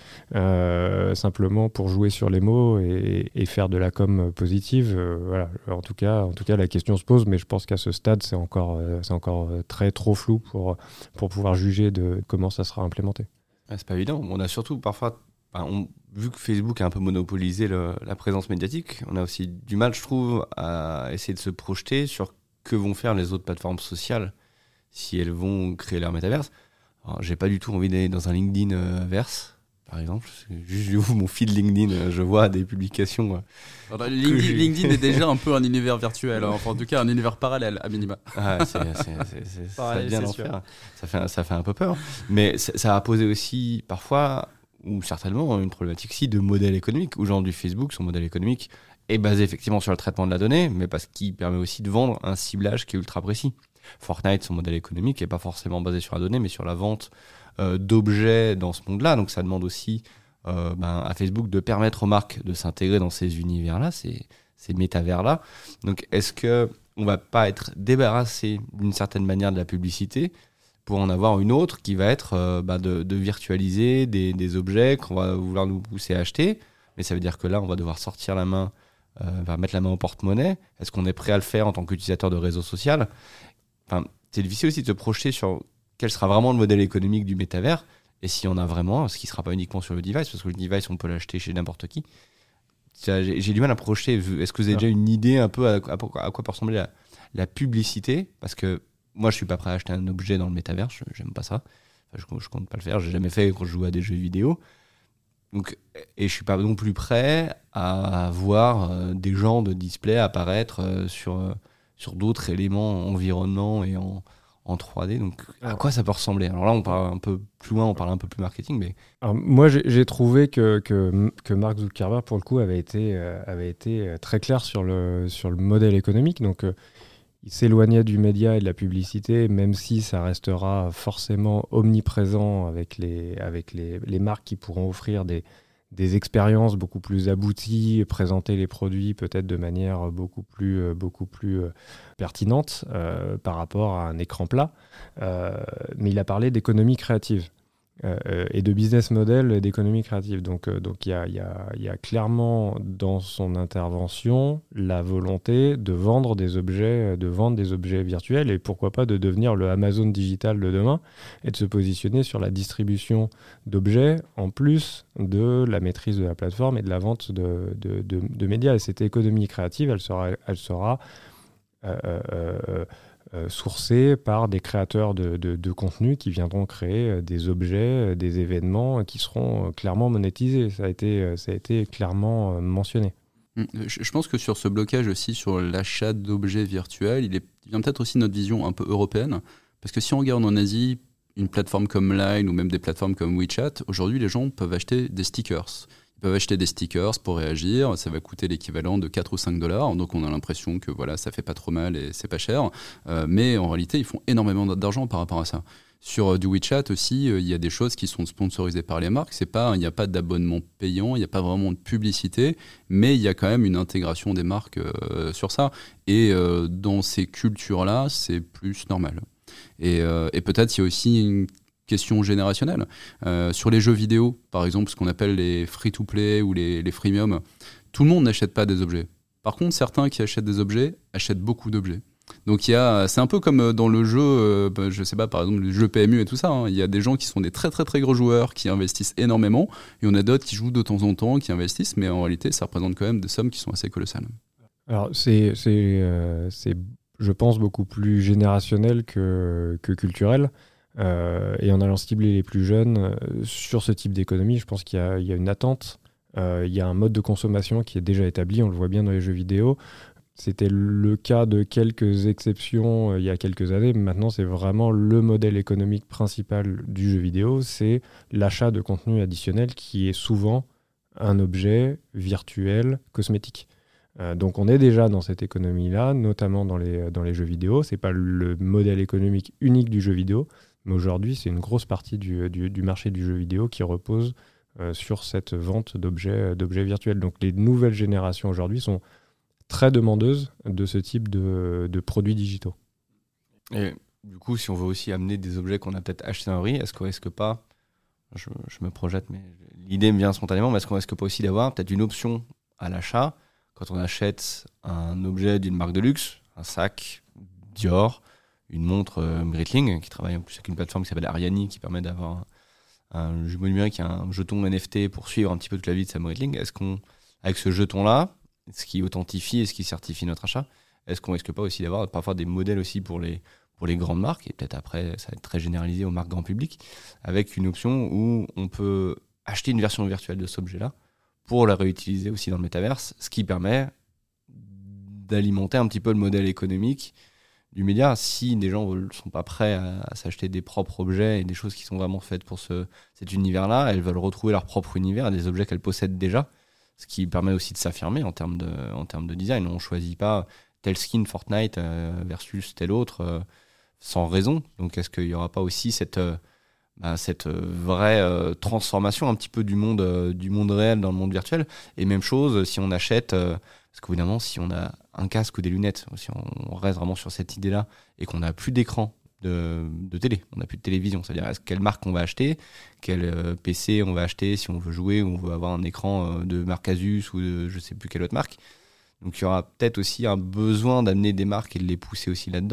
euh, simplement pour jouer sur les mots et, et faire de la com positive. euh, voilà. En tout cas, en tout cas, la question se pose, mais je pense qu'à ce stade, c'est encore, euh, c'est encore très trop flou pour, pour pouvoir juger de comment ça sera implémenté. Ah, c'est pas évident. On a surtout parfois... Enfin, on, vu que Facebook a un peu monopolisé le, la présence médiatique, on a aussi du mal, je trouve, à essayer de se projeter sur que vont faire les autres plateformes sociales si elles vont créer leur métaverse. Alors, j'ai pas du tout envie d'aller dans un LinkedIn euh, verse, par exemple. Juste, j'ouvre mon feed LinkedIn, euh, je vois des publications. Euh, Alors, LinkedIn, LinkedIn est déjà un peu un univers virtuel, hein. Enfin, en tout cas un univers parallèle, à minima. Ah, c'est, c'est, c'est, c'est, ça devient l'enfer. Ça fait, ça fait un peu peur. Mais ça, ça a posé aussi, parfois... ou certainement une problématique aussi de modèle économique. Aujourd'hui, Facebook, son modèle économique est basé effectivement sur le traitement de la donnée, mais parce qu'il permet aussi de vendre un ciblage qui est ultra précis. Fortnite, son modèle économique n'est pas forcément basé sur la donnée, mais sur la vente euh, d'objets dans ce monde-là. Donc ça demande aussi euh, ben, à Facebook de permettre aux marques de s'intégrer dans ces univers-là, ces, ces métavers-là. Donc est-ce qu'on ne va pas être débarrassé d'une certaine manière de la publicité pour en avoir une autre qui va être euh, bah de, de virtualiser des, des objets qu'on va vouloir nous pousser à acheter. Mais ça veut dire que là, on va devoir sortir la main, euh, va mettre la main au porte-monnaie. Est-ce qu'on est prêt à le faire en tant qu'utilisateur de réseau social ? Enfin, c'est difficile aussi de se projeter sur quel sera vraiment le modèle économique du métavers, et s'il y en a vraiment, ce qui ne sera pas uniquement sur le device, parce que le device, on peut l'acheter chez n'importe qui. J'ai, j'ai du mal à projeter. Est-ce que vous avez déjà une idée un peu à, à, à quoi peut ressembler la, la publicité? Parce que moi, je ne suis pas prêt à acheter un objet dans le métavers, je n'aime pas ça. Enfin, je ne compte pas le faire, je n'ai jamais fait quand je joue à des jeux vidéo. Donc, et je ne suis pas non plus prêt à voir euh, des genres de displays apparaître euh, sur, euh, sur d'autres éléments environnement et en, en trois D. Donc, à quoi ça peut ressembler? Alors là, on parle un peu plus loin, on parle un peu plus marketing. Mais... Alors, moi, j'ai, j'ai trouvé que, que, que Mark Zuckerberg, pour le coup, avait été, euh, avait été très clair sur le, sur le modèle économique. Donc, euh, il s'éloignait du média et de la publicité, même si ça restera forcément omniprésent avec les, avec les, les marques qui pourront offrir des, des expériences beaucoup plus abouties, présenter les produits peut-être de manière beaucoup plus, beaucoup plus pertinente euh, par rapport à un écran plat. Euh, mais il a parlé d'économie créative. Euh, et de business model d'économie créative. Donc euh, donc il y a, y, a, y a clairement dans son intervention la volonté de vendre des objets, de vendre des objets virtuels et pourquoi pas de devenir le Amazon digital de demain et de se positionner sur la distribution d'objets en plus de la maîtrise de la plateforme et de la vente de, de, de, de médias. Et cette économie créative, elle sera, elle sera euh, euh, Euh, sourcés par des créateurs de, de, de contenu qui viendront créer des objets, des événements qui seront clairement monétisés. Ça a été, ça a été clairement mentionné. Je pense que sur ce blocage aussi, sur l'achat d'objets virtuels, il, est, il vient peut-être aussi de notre vision un peu européenne. Parce que si on regarde en Asie, une plateforme comme Line ou même des plateformes comme WeChat, aujourd'hui les gens peuvent acheter des stickers. Ils peuvent acheter des stickers pour réagir, ça va coûter l'équivalent de quatre ou cinq dollars, donc on a l'impression que voilà, ça fait pas trop mal et c'est pas cher, euh, mais en réalité ils font énormément d'argent par rapport à ça. Sur euh, du WeChat aussi, euh, il y a des choses qui sont sponsorisées par les marques, c'est pas, il n'y a pas d'abonnement payant, il n'y a pas vraiment de publicité, mais il y a quand même une intégration des marques euh, sur ça, et euh, dans ces cultures-là, c'est plus normal. Et, euh, et peut-être il y a aussi une question générationnelle. Euh, sur les jeux vidéo, par exemple, ce qu'on appelle les free-to-play ou les, les freemium, tout le monde n'achète pas des objets. Par contre, certains qui achètent des objets achètent beaucoup d'objets. Donc il y a, c'est un peu comme dans le jeu, euh, je sais pas, par exemple le jeu P M U et tout ça, hein. Il y a des gens qui sont des très très très gros joueurs qui investissent énormément, et on a d'autres qui jouent de temps en temps, qui investissent, mais en réalité ça représente quand même des sommes qui sont assez colossales. Alors c'est, c'est, euh, c'est je pense, beaucoup plus générationnel que, que culturel. Euh, et en allant cibler les plus jeunes euh, sur ce type d'économie, je pense qu'il y a, il y a une attente, euh, il y a un mode de consommation qui est déjà établi, on le voit bien dans les jeux vidéo. C'était le cas de quelques exceptions euh, il y a quelques années, mais maintenant c'est vraiment le modèle économique principal du jeu vidéo, c'est l'achat de contenu additionnel qui est souvent un objet virtuel cosmétique. Euh, donc on est déjà dans cette économie-là, notamment dans les, dans les jeux vidéo. C'est pas le modèle économique unique du jeu vidéo, mais aujourd'hui, c'est une grosse partie du, du, du marché du jeu vidéo qui repose euh, sur cette vente d'objets, d'objets virtuels. Donc les nouvelles générations aujourd'hui sont très demandeuses de ce type de, de produits digitaux. Et du coup, si on veut aussi amener des objets qu'on a peut-être achetés en riz, est-ce qu'on risque pas, je, je me projette, mais l'idée me vient spontanément, mais est-ce qu'on risque pas aussi d'avoir peut-être une option à l'achat quand on achète un objet d'une marque de luxe, un sac Dior, une montre euh, Breitling, qui travaille en plus avec une plateforme qui s'appelle Ariani, qui permet d'avoir un, un jumeau numérique, un jeton N F T pour suivre un petit peu toute la vie de sa Breitling. Est-ce qu'on, avec ce jeton-là, ce qui authentifie et ce qui certifie notre achat, est-ce qu'on risque pas aussi d'avoir parfois des modèles aussi pour les, pour les grandes marques, et peut-être après, ça va être très généralisé aux marques grand public, avec une option où on peut acheter une version virtuelle de cet objet-là pour la réutiliser aussi dans le métaverse, ce qui permet d'alimenter un petit peu le modèle économique du média. Si des gens ne sont pas prêts à, à s'acheter des propres objets et des choses qui sont vraiment faites pour ce, cet univers-là, elles veulent retrouver leur propre univers, des objets qu'elles possèdent déjà, ce qui permet aussi de s'affirmer en termes de, en termes de design. On ne choisit pas tel skin Fortnite euh, versus tel autre euh, sans raison. Donc est-ce qu'il n'y aura pas aussi cette, euh, bah, cette euh, vraie euh, transformation un petit peu du monde, euh, du monde réel dans le monde virtuel? Et même chose si on achète... Euh, Parce qu'évidemment, si on a un casque ou des lunettes, si on reste vraiment sur cette idée-là et qu'on n'a plus d'écran de, de télé, on n'a plus de télévision, c'est-à-dire est-ce, quelle marque on va acheter, quel euh, P C on va acheter si on veut jouer ou on veut avoir un écran euh, de marque Asus ou de je ne sais plus quelle autre marque. Donc il y aura peut-être aussi un besoin d'amener des marques et de les pousser aussi là-dedans.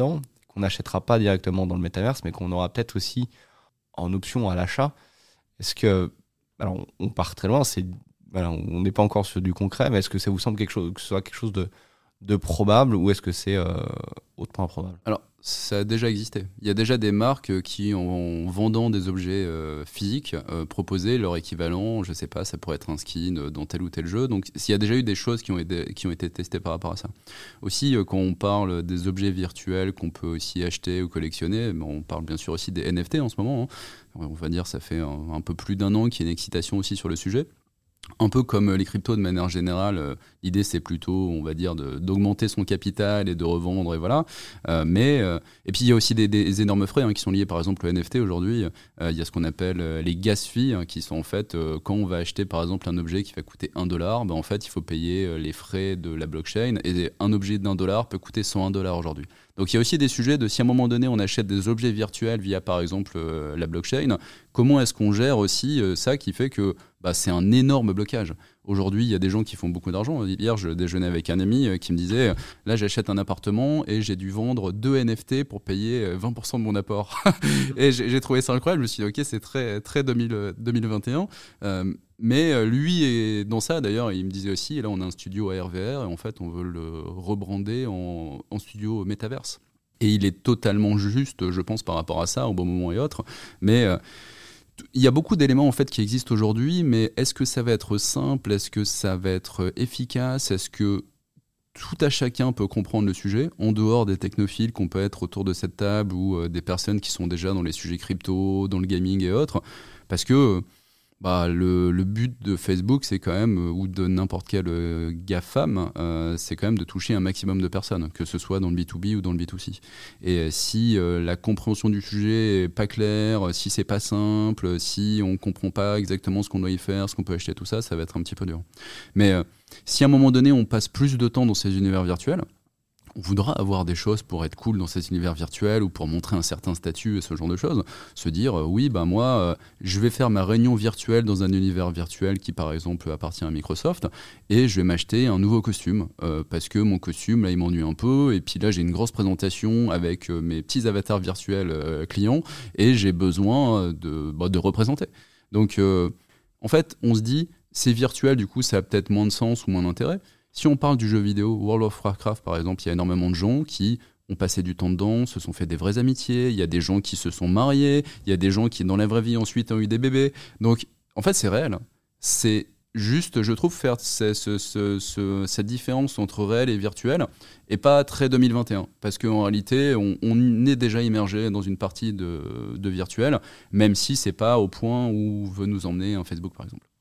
qu'on n'achètera pas directement dans le métaverse, mais qu'on aura peut-être aussi en option à l'achat. Est-ce que, alors on, on part très loin, c'est, voilà, on n'est pas encore sur du concret, mais est-ce que ça vous semble quelque chose, que ce soit quelque chose de, de probable, ou est-ce que c'est euh, hautement improbable? Alors, ça a déjà existé. Il y a déjà des marques qui, en vendant des objets euh, physiques, euh, proposaient leur équivalent. Je sais pas, ça pourrait être un skin dans tel ou tel jeu. Donc, il y a déjà eu des choses qui ont été, qui ont été testées par rapport à ça. Aussi, euh, quand on parle des objets virtuels qu'on peut aussi acheter ou collectionner, bon, on parle bien sûr aussi des N F T en ce moment. Hein. On va dire, ça fait un, un peu plus d'un an qu'il y a une excitation aussi sur le sujet. Un peu comme les cryptos de manière générale, euh, l'idée c'est plutôt, on va dire, de, d'augmenter son capital et de revendre, et voilà. Euh, mais, euh, et puis il y a aussi des, des énormes frais hein, qui sont liés par exemple au N F T aujourd'hui. Euh, il y a ce qu'on appelle euh, les gas fees, hein, qui sont en fait, euh, quand on va acheter par exemple un objet qui va coûter un dollar, ben, en fait il faut payer euh, les frais de la blockchain, et un objet d'un dollar peut coûter cent un dollars aujourd'hui. Donc il y a aussi des sujets de si à un moment donné on achète des objets virtuels via par exemple euh, la blockchain, comment est-ce qu'on gère aussi euh, ça qui fait que bah, c'est un énorme blocage. Aujourd'hui, il y a des gens qui font beaucoup d'argent. Hier, je déjeunais avec un ami euh, qui me disait « Là, j'achète un appartement et j'ai dû vendre deux N F T pour payer vingt pour cent de mon apport. » Et j'ai, j'ai trouvé ça incroyable. Je me suis dit « Ok, c'est très, très deux mille, deux mille vingt et un. Euh, » Mais lui est dans ça, d'ailleurs, il me disait aussi, et là on a un studio A R V R, et en fait on veut le rebrander en, en studio métaverse. Et il est totalement juste, je pense, par rapport à ça, au bon moment et autres. Mais euh, il y a beaucoup d'éléments en fait qui existent aujourd'hui, mais est-ce que ça va être simple? Est-ce que ça va être efficace? Est-ce que tout à chacun peut comprendre le sujet, en dehors des technophiles qu'on peut être autour de cette table, ou euh, des personnes qui sont déjà dans les sujets crypto, dans le gaming et autres? Parce que bah, le, le but de Facebook, c'est quand même, ou de n'importe quel euh, GAFAM, euh, c'est quand même de toucher un maximum de personnes, que ce soit dans le B deux B ou dans le B deux C. Et euh, si euh, la compréhension du sujet est pas claire, si c'est pas simple, si on comprend pas exactement ce qu'on doit y faire, ce qu'on peut acheter, tout ça, ça va être un petit peu dur. Mais euh, si à un moment donné, on passe plus de temps dans ces univers virtuels, on voudra avoir des choses pour être cool dans cet univers virtuel ou pour montrer un certain statut et ce genre de choses. Se dire, euh, oui, bah moi, euh, je vais faire ma réunion virtuelle dans un univers virtuel qui, par exemple, appartient à Microsoft, et je vais m'acheter un nouveau costume euh, parce que mon costume, là, il m'ennuie un peu, et puis là, j'ai une grosse présentation avec euh, mes petits avatars virtuels euh, clients, et j'ai besoin de, bah, de représenter. Donc, euh, en fait, on se dit, c'est virtuel, du coup, ça a peut-être moins de sens ou moins d'intérêt. Si on parle du jeu vidéo, World of Warcraft par exemple, il y a énormément de gens qui ont passé du temps dedans, se sont fait des vraies amitiés, il y a des gens qui se sont mariés, il y a des gens qui dans la vraie vie ensuite ont eu des bébés. Donc en fait c'est réel. C'est juste, je trouve, faire ce, ce, ce, ce, cette différence entre réel et virtuel et pas très deux mille vingt et un. Parce qu'en réalité, on, on est déjà immergé dans une partie de, de virtuel, même si c'est pas au point où veut nous emmener un Facebook par exemple.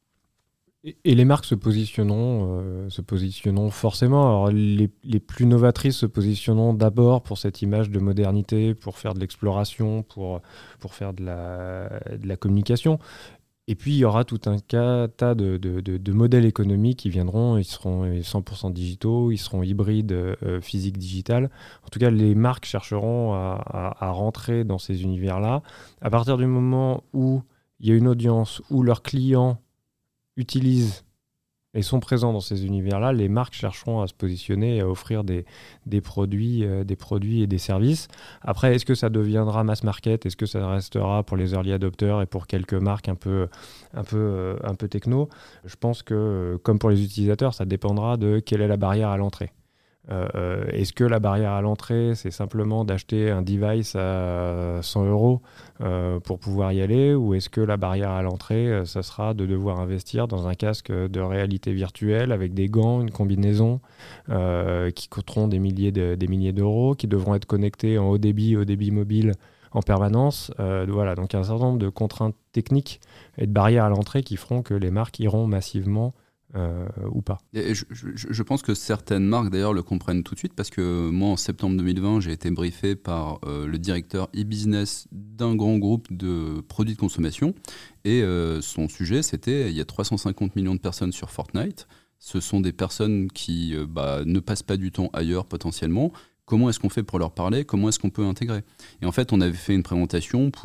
Et les marques se positionneront, euh, se positionneront forcément. Alors les, les plus novatrices se positionneront d'abord pour cette image de modernité, pour faire de l'exploration, pour, pour faire de la, de la communication. Et puis il y aura tout un cas, tas de, de, de, de modèles économiques qui viendront, ils seront cent pour cent digitaux, ils seront hybrides, euh, physique, digital. En tout cas, les marques chercheront à, à, à rentrer dans ces univers-là. À partir du moment où il y a une audience, où leurs clients utilisent et sont présents dans ces univers-là, les marques chercheront à se positionner et à offrir des, des, produits, euh, des produits et des services. Après, est-ce que ça deviendra mass market? Est-ce que ça restera pour les early adopters et pour quelques marques un peu, un peu, euh, un peu techno? Je pense que, euh, comme pour les utilisateurs, ça dépendra de quelle est la barrière à l'entrée. Euh, est-ce que la barrière à l'entrée, c'est simplement d'acheter un device à cent euros euh, pour pouvoir y aller, ou est-ce que la barrière à l'entrée, ça sera de devoir investir dans un casque de réalité virtuelle avec des gants, une combinaison euh, qui coûteront des milliers, de, des milliers d'euros, qui devront être connectés en haut débit, haut débit mobile en permanence. Euh, voilà, donc il y a un certain nombre de contraintes techniques et de barrières à l'entrée qui feront que les marques iront massivement Euh, ou pas. Et je, je, je pense que certaines marques d'ailleurs le comprennent tout de suite, parce que moi en septembre deux mille vingt j'ai été briefé par euh, le directeur e-business d'un grand groupe de produits de consommation, et euh, son sujet c'était il y a trois cent cinquante millions de personnes sur Fortnite, ce sont des personnes qui euh, bah, ne passent pas du temps ailleurs potentiellement. Comment est-ce qu'on fait pour leur parler? Comment est-ce qu'on peut intégrer? Et en fait, on avait fait une présentation pour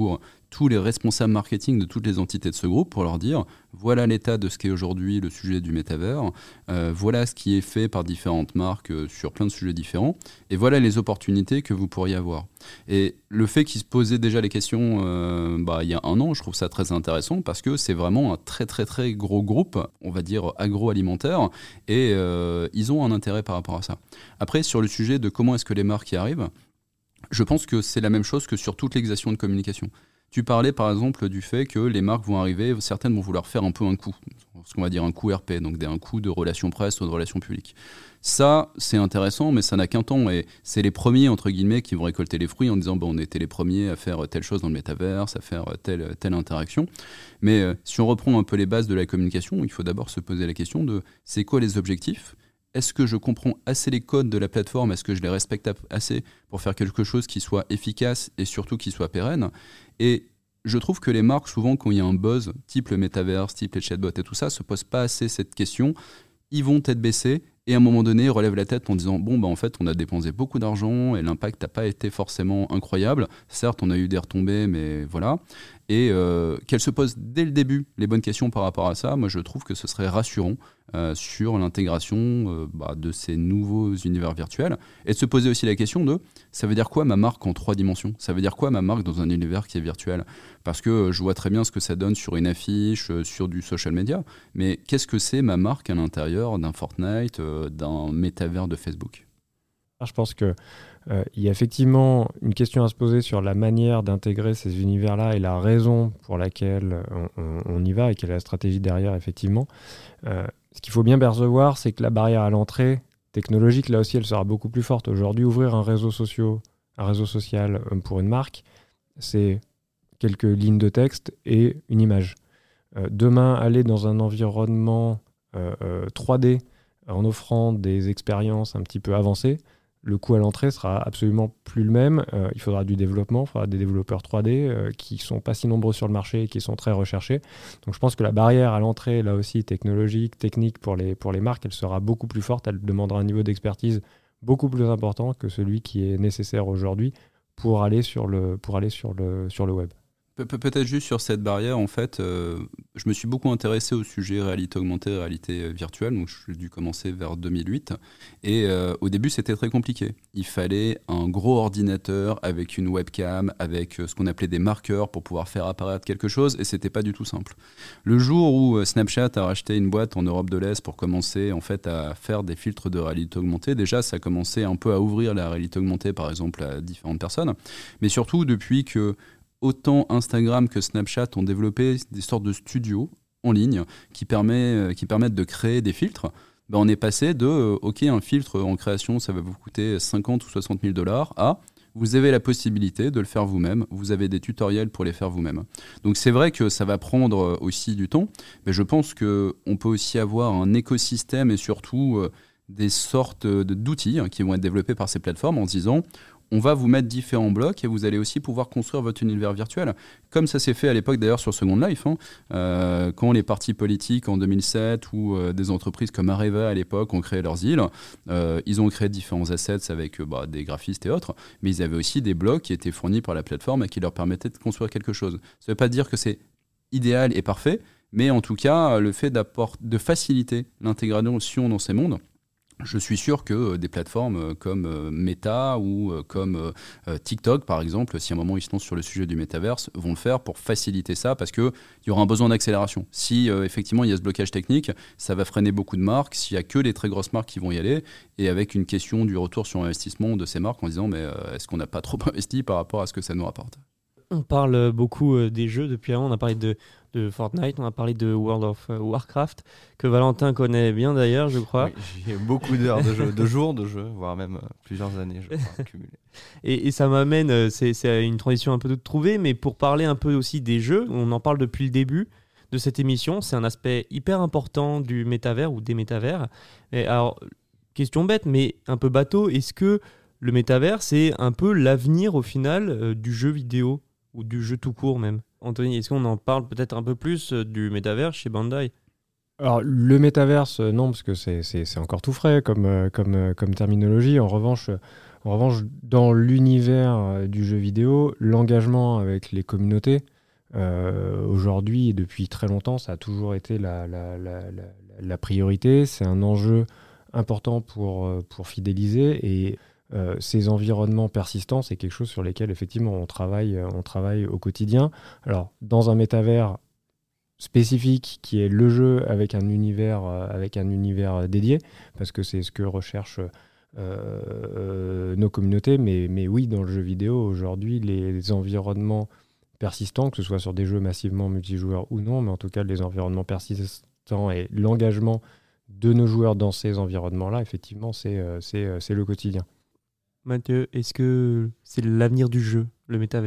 tous les responsables marketing de toutes les entités de ce groupe pour leur dire voilà l'état de ce qu'est aujourd'hui le sujet du métavers, euh, voilà ce qui est fait par différentes marques euh, sur plein de sujets différents, et voilà les opportunités que vous pourriez avoir. Et le fait qu'ils se posaient déjà les questions euh, bah, il y a un an, je trouve ça très intéressant parce que c'est vraiment un très très très gros groupe, on va dire agroalimentaire, et euh, ils ont un intérêt par rapport à ça. Après, sur le sujet de comment est-ce que les marques y arrivent, je pense que c'est la même chose que sur toutes les actions de communication. Tu parlais par exemple du fait que les marques vont arriver, certaines vont vouloir faire un peu un coup, ce qu'on va dire un coup R P, donc un coup de relations presse ou de relations publiques. Ça, c'est intéressant, mais ça n'a qu'un temps, et c'est les premiers, entre guillemets, qui vont récolter les fruits en disant bon, on était les premiers à faire telle chose dans le métaverse, à faire telle, telle interaction. Mais euh, si on reprend un peu les bases de la communication, il faut d'abord se poser la question de c'est quoi les objectifs ? Est-ce que je comprends assez les codes de la plateforme ? Est-ce que je les respecte assez pour faire quelque chose qui soit efficace et surtout qui soit pérenne ? Et je trouve que les marques, souvent, quand il y a un buzz, type le métaverse, type les chatbots et tout ça, ne se posent pas assez cette question. Ils vont tête baissée et à un moment donné, ils relèvent la tête en disant « Bon, bah, en fait, on a dépensé beaucoup d'argent et l'impact n'a pas été forcément incroyable. Certes, on a eu des retombées, mais voilà. » Et euh, qu'elles se posent dès le début les bonnes questions par rapport à ça, moi, je trouve que ce serait rassurant euh, sur l'intégration euh, bah, de ces nouveaux univers virtuels. Et de se poser aussi la question de « Ça veut dire quoi ma marque en trois dimensions ? Ça veut dire quoi ma marque dans un univers qui est virtuel ?» Parce que euh, je vois très bien ce que ça donne sur une affiche, euh, sur du social media. Mais qu'est-ce que c'est ma marque à l'intérieur d'un Fortnite, euh, d'un métavers de Facebook ? Je pense qu'il euh, y a effectivement une question à se poser sur la manière d'intégrer ces univers-là et la raison pour laquelle on, on, on y va et quelle est la stratégie derrière, effectivement. Euh, ce qu'il faut bien percevoir, c'est que la barrière à l'entrée technologique, là aussi, elle sera beaucoup plus forte. Aujourd'hui, ouvrir un réseau, socio, un réseau social pour une marque, c'est quelques lignes de texte et une image. Euh, demain, aller dans un environnement euh, euh, trois D en offrant des expériences un petit peu avancées, le coût à l'entrée sera absolument plus le même. Euh, il faudra du développement, il faudra des développeurs trois D euh, qui ne sont pas si nombreux sur le marché et qui sont très recherchés. Donc je pense que la barrière à l'entrée, là aussi technologique, technique pour les, pour les marques, elle sera beaucoup plus forte. Elle demandera un niveau d'expertise beaucoup plus important que celui qui est nécessaire aujourd'hui pour aller sur le, pour aller sur le, sur le web. Pe- Peut-être juste sur cette barrière, en fait, euh, je me suis beaucoup intéressé au sujet réalité augmentée, réalité virtuelle, donc j'ai dû commencer vers deux mille huit, et euh, au début c'était très compliqué. Il fallait un gros ordinateur avec une webcam, avec euh, ce qu'on appelait des marqueurs pour pouvoir faire apparaître quelque chose, et c'était pas du tout simple. Le jour où euh, Snapchat a racheté une boîte en Europe de l'Est pour commencer en fait à faire des filtres de réalité augmentée, déjà ça a commencé un peu à ouvrir la réalité augmentée par exemple à différentes personnes, mais surtout depuis que autant Instagram que Snapchat ont développé des sortes de studios en ligne qui, permet, qui permettent de créer des filtres. Ben on est passé de euh, OK, un filtre en création, ça va vous coûter cinquante ou soixante mille dollars à vous avez la possibilité de le faire vous-même, vous avez des tutoriels pour les faire vous-même. Donc c'est vrai que ça va prendre aussi du temps, mais je pense qu'on peut aussi avoir un écosystème et surtout euh, des sortes de, d'outils qui vont être développés par ces plateformes en se disant on va vous mettre différents blocs et vous allez aussi pouvoir construire votre univers virtuel. Comme ça s'est fait à l'époque d'ailleurs sur Second Life, hein, euh, quand les partis politiques en deux mille sept ou euh, des entreprises comme Areva à l'époque ont créé leurs îles, euh, ils ont créé différents assets avec euh, bah, des graphistes et autres, mais ils avaient aussi des blocs qui étaient fournis par la plateforme et qui leur permettaient de construire quelque chose. Ça ne veut pas dire que c'est idéal et parfait, mais en tout cas, le fait de faciliter l'intégration dans ces mondes, je suis sûr que des plateformes comme Meta ou comme TikTok, par exemple, si à un moment ils se lancent sur le sujet du métaverse, vont le faire pour faciliter ça parce qu'il y aura un besoin d'accélération. Si euh, effectivement il y a ce blocage technique, ça va freiner beaucoup de marques, s'il n'y a que les très grosses marques qui vont y aller, et avec une question du retour sur investissement de ces marques en disant mais euh, est-ce qu'on n'a pas trop investi par rapport à ce que ça nous rapporte ? On parle beaucoup euh, des jeux depuis avant, on a parlé de, de Fortnite, on a parlé de World of Warcraft, que Valentin connaît bien d'ailleurs, je crois. Oui, j'ai beaucoup d'heures de jeu, de jours de jeu, voire même euh, plusieurs années, je crois, cumulées. Et, et ça m'amène, euh, c'est, c'est une transition un peu toute trouvée, mais pour parler un peu aussi des jeux, on en parle depuis le début de cette émission, c'est un aspect hyper important du métavers ou des métavers. Et alors, question bête, mais un peu bateau, est-ce que le métavers, c'est un peu l'avenir au final euh, du jeu vidéo ou du jeu tout court même? Anthony, est-ce qu'on en parle peut-être un peu plus euh, du métavers chez Bandai? Alors, le métaverse, euh, non, parce que c'est, c'est, c'est encore tout frais comme, euh, comme, euh, comme terminologie. En revanche, euh, en revanche, dans l'univers euh, du jeu vidéo, l'engagement avec les communautés, Euh, aujourd'hui et depuis très longtemps, ça a toujours été la, la, la, la, la priorité. C'est un enjeu important pour, pour fidéliser et euh, ces environnements persistants, c'est quelque chose sur lesquels effectivement on travaille, on travaille au quotidien. Alors, dans un métavers spécifique qui est le jeu avec un univers, euh, avec un univers dédié, parce que c'est ce que recherchent euh, euh, nos communautés, mais, mais oui, dans le jeu vidéo, aujourd'hui, les, les environnements persistants, que ce soit sur des jeux massivement multijoueurs ou non, mais en tout cas les environnements persistants et l'engagement de nos joueurs dans ces environnements-là, effectivement, c'est, euh, c'est, euh, c'est le quotidien. Mathieu, est-ce que c'est l'avenir du jeu, le métavers ?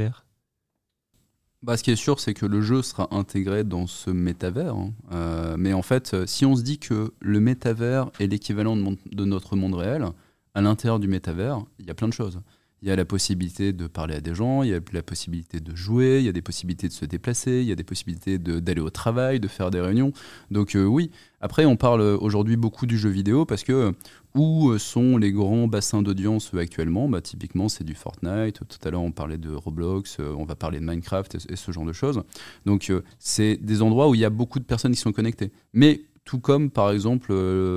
Bah, ce qui est sûr, c'est que le jeu sera intégré dans ce métavers. Hein. Euh, mais en fait, si on se dit que le métavers est l'équivalent de, mon- de notre monde réel, à l'intérieur du métavers, il y a plein de choses. Il y a la possibilité de parler à des gens, il y a la possibilité de jouer, il y a des possibilités de se déplacer, il y a des possibilités de, d'aller au travail, de faire des réunions. Donc euh, oui, après on parle aujourd'hui beaucoup du jeu vidéo parce que euh, où sont les grands bassins d'audience euh, actuellement ? Bah, typiquement c'est du Fortnite, tout à l'heure on parlait de Roblox, euh, on va parler de Minecraft et, et ce genre de choses. Donc euh, c'est des endroits où il y a beaucoup de personnes qui sont connectées. Mais tout comme par exemple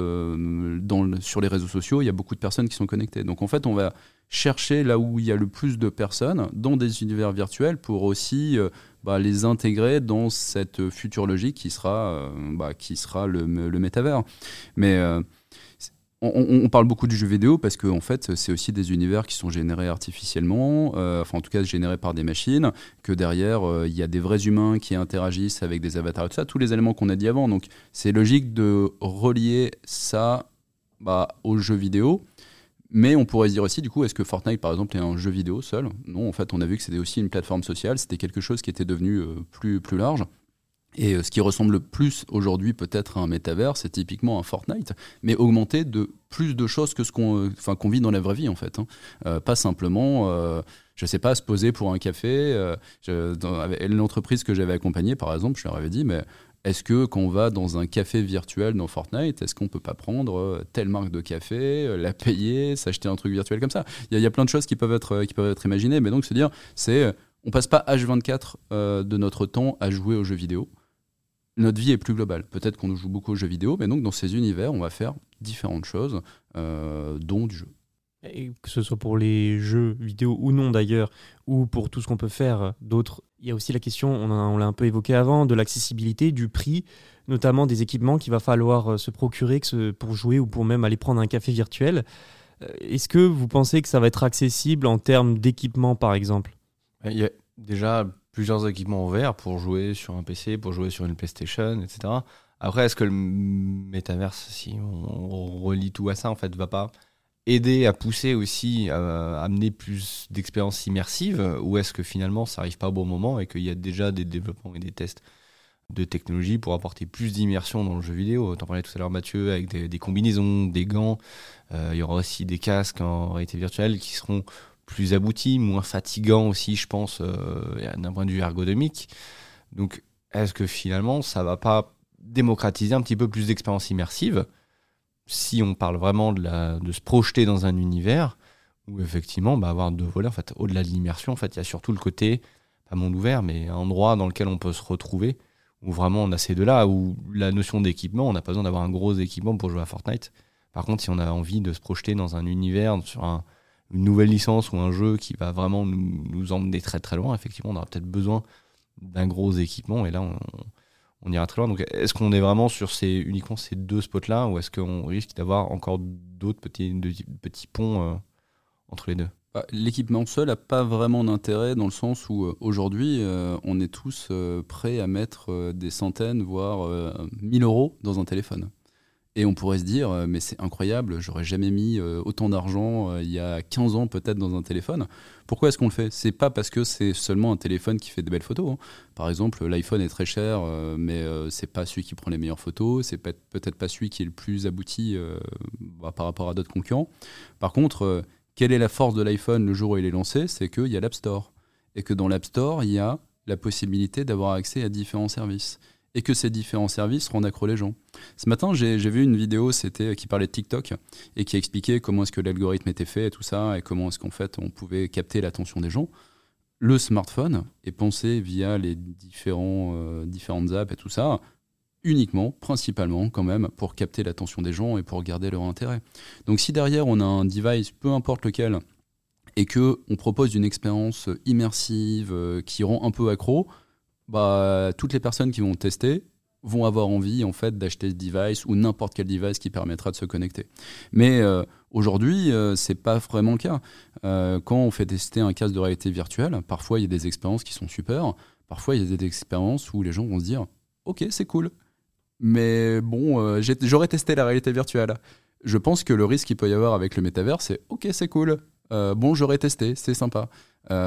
euh, dans le, sur les réseaux sociaux, il y a beaucoup de personnes qui sont connectées. Donc en fait on va chercher là où il y a le plus de personnes dans des univers virtuels pour aussi euh, bah, les intégrer dans cette future logique qui sera, euh, bah, qui sera le, le métavers. Mais euh, on, on parle beaucoup du jeu vidéo parce que en fait, c'est aussi des univers qui sont générés artificiellement, euh, enfin en tout cas générés par des machines, que derrière euh, il y a des vrais humains qui interagissent avec des avatars et tout ça, tous les éléments qu'on a dit avant. Donc c'est logique de relier ça bah, aux jeux vidéo. Mais on pourrait se dire aussi, du coup, est-ce que Fortnite, par exemple, est un jeu vidéo seul ? Non, en fait, on a vu que c'était aussi une plateforme sociale, c'était quelque chose qui était devenu euh, plus, plus large. Et euh, ce qui ressemble le plus aujourd'hui peut-être à un métavers, c'est typiquement un Fortnite, mais augmenté de plus de choses que ce qu'on, euh, qu'on vit dans la vraie vie, en fait. Hein. Euh, pas simplement, euh, je sais pas, se poser pour un café. Euh, je, dans, avec l'entreprise que j'avais accompagnée, par exemple, je leur avais dit, mais... Est-ce que quand on va dans un café virtuel dans Fortnite, est-ce qu'on peut pas prendre telle marque de café, la payer, s'acheter un truc virtuel comme ça ? Il y, y a plein de choses qui peuvent être, qui peuvent être imaginées, mais donc se dire, c'est, on passe pas H vingt-quatre euh, de notre temps à jouer aux jeux vidéo. Notre vie est plus globale. Peut-être qu'on joue beaucoup aux jeux vidéo, mais donc dans ces univers, on va faire différentes choses, euh, dont du jeu. Et que ce soit pour les jeux vidéo ou non d'ailleurs, ou pour tout ce qu'on peut faire d'autres, il y a aussi la question, on, a, on l'a un peu évoqué avant, de l'accessibilité, du prix, notamment des équipements qu'il va falloir se procurer que ce, pour jouer ou pour même aller prendre un café virtuel. Est-ce que vous pensez que ça va être accessible en termes d'équipement par exemple ? Il y a déjà plusieurs équipements ouverts pour jouer sur un P C, pour jouer sur une PlayStation, et cetera. Après, est-ce que le métaverse, si on relie tout à ça, en fait, va pas aider à pousser aussi, à amener plus d'expériences immersives, ou est-ce que finalement ça n'arrive pas au bon moment et qu'il y a déjà des développements et des tests de technologie pour apporter plus d'immersion dans le jeu vidéo ? T'en parlais tout à l'heure Mathieu, avec des, des combinaisons, des gants, euh, il y aura aussi des casques en réalité virtuelle qui seront plus aboutis, moins fatigants aussi je pense, euh, d'un point de vue ergonomique. Donc est-ce que finalement ça va pas démocratiser un petit peu plus d'expériences immersives si on parle vraiment de, la, de se projeter dans un univers où effectivement bah, avoir deux volets, en fait, au-delà de l'immersion, en fait, il y a surtout le côté, pas monde ouvert, mais un endroit dans lequel on peut se retrouver, où vraiment on a ces deux-là, où la notion d'équipement, on n'a pas besoin d'avoir un gros équipement pour jouer à Fortnite. Par contre, si on a envie de se projeter dans un univers, sur un, une nouvelle licence ou un jeu qui va vraiment nous, nous emmener très très loin, effectivement, on aura peut-être besoin d'un gros équipement, et là, on... on ira très loin. Donc, est-ce qu'on est vraiment sur ces, uniquement ces deux spots-là, ou est-ce qu'on risque d'avoir encore d'autres petits, de, petits ponts euh, entre les deux ? Bah, l'équipement seul n'a pas vraiment d'intérêt dans le sens où euh, aujourd'hui, euh, on est tous euh, prêts à mettre euh, des centaines, voire euh, mille euros dans un téléphone. Et on pourrait se dire, euh, mais c'est incroyable, j'aurais jamais mis euh, autant d'argent euh, il y a quinze ans peut-être dans un téléphone. Pourquoi est-ce qu'on le fait ? C'est pas parce que c'est seulement un téléphone qui fait de belles photos. Hein. Par exemple, l'iPhone est très cher, euh, mais euh, c'est pas celui qui prend les meilleures photos, c'est peut- peut-être pas celui qui est le plus abouti euh, bah, par rapport à d'autres concurrents. Par contre, euh, quelle est la force de l'iPhone le jour où il est lancé ? C'est qu'il y a l'App Store. Et que dans l'App Store, il y a la possibilité d'avoir accès à différents services. Et que ces différents services rendent accro les gens. Ce matin, j'ai, j'ai vu une vidéo c'était, qui parlait de TikTok et qui expliquait comment est-ce que l'algorithme était fait et tout ça, et comment est-ce qu'en fait on pouvait capter l'attention des gens. le smartphone est pensé via les différents, euh, différentes apps et tout ça, uniquement, principalement quand même, pour capter l'attention des gens et pour garder leur intérêt. Donc si derrière on a un device, peu importe lequel, et qu'on propose une expérience immersive euh, qui rend un peu accro, bah, toutes les personnes qui vont tester vont avoir envie en fait d'acheter ce device ou n'importe quel device qui permettra de se connecter. Mais euh, aujourd'hui, euh, c'est pas vraiment le cas. Euh, quand on fait tester un casque de réalité virtuelle, parfois il y a des expériences qui sont super, parfois il y a des expériences où les gens vont se dire « Ok, c'est cool ». Mais bon, euh, j'ai, j'aurais testé la réalité virtuelle. Je pense que le risque qu'il peut y avoir avec le métavers, c'est « Ok, c'est cool, euh, bon, j'aurais testé, c'est sympa euh, ».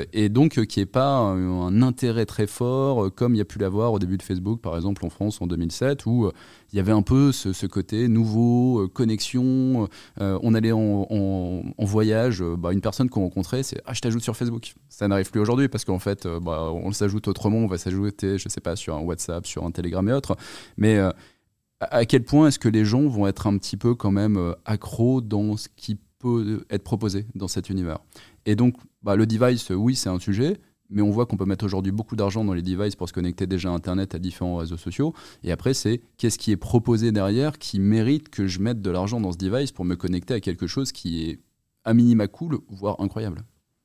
Et donc, euh, qu'il n'y ait pas un, un intérêt très fort, euh, comme il y a pu l'avoir au début de Facebook, par exemple en France en deux mille sept, où euh, il y avait un peu ce, ce côté nouveau, euh, connexion. Euh, on allait en, en, en voyage, euh, bah, une personne qu'on rencontrait, c'est « Ah, je t'ajoute sur Facebook ». Ça n'arrive plus aujourd'hui parce qu'en fait, euh, bah, on s'ajoute autrement, on va s'ajouter, je ne sais pas, sur un WhatsApp, sur un Telegram et autres. Mais euh, à quel point est-ce que les gens vont être un petit peu quand même euh, accros dans ce qui peut être proposé dans cet univers. Et donc, bah, le device, oui, c'est un sujet, mais on voit qu'on peut mettre aujourd'hui beaucoup d'argent dans les devices pour se connecter déjà à Internet, à différents réseaux sociaux. Et après, c'est qu'est-ce qui est proposé derrière qui mérite que je mette de l'argent dans ce device pour me connecter à quelque chose qui est à minima cool, voire incroyable.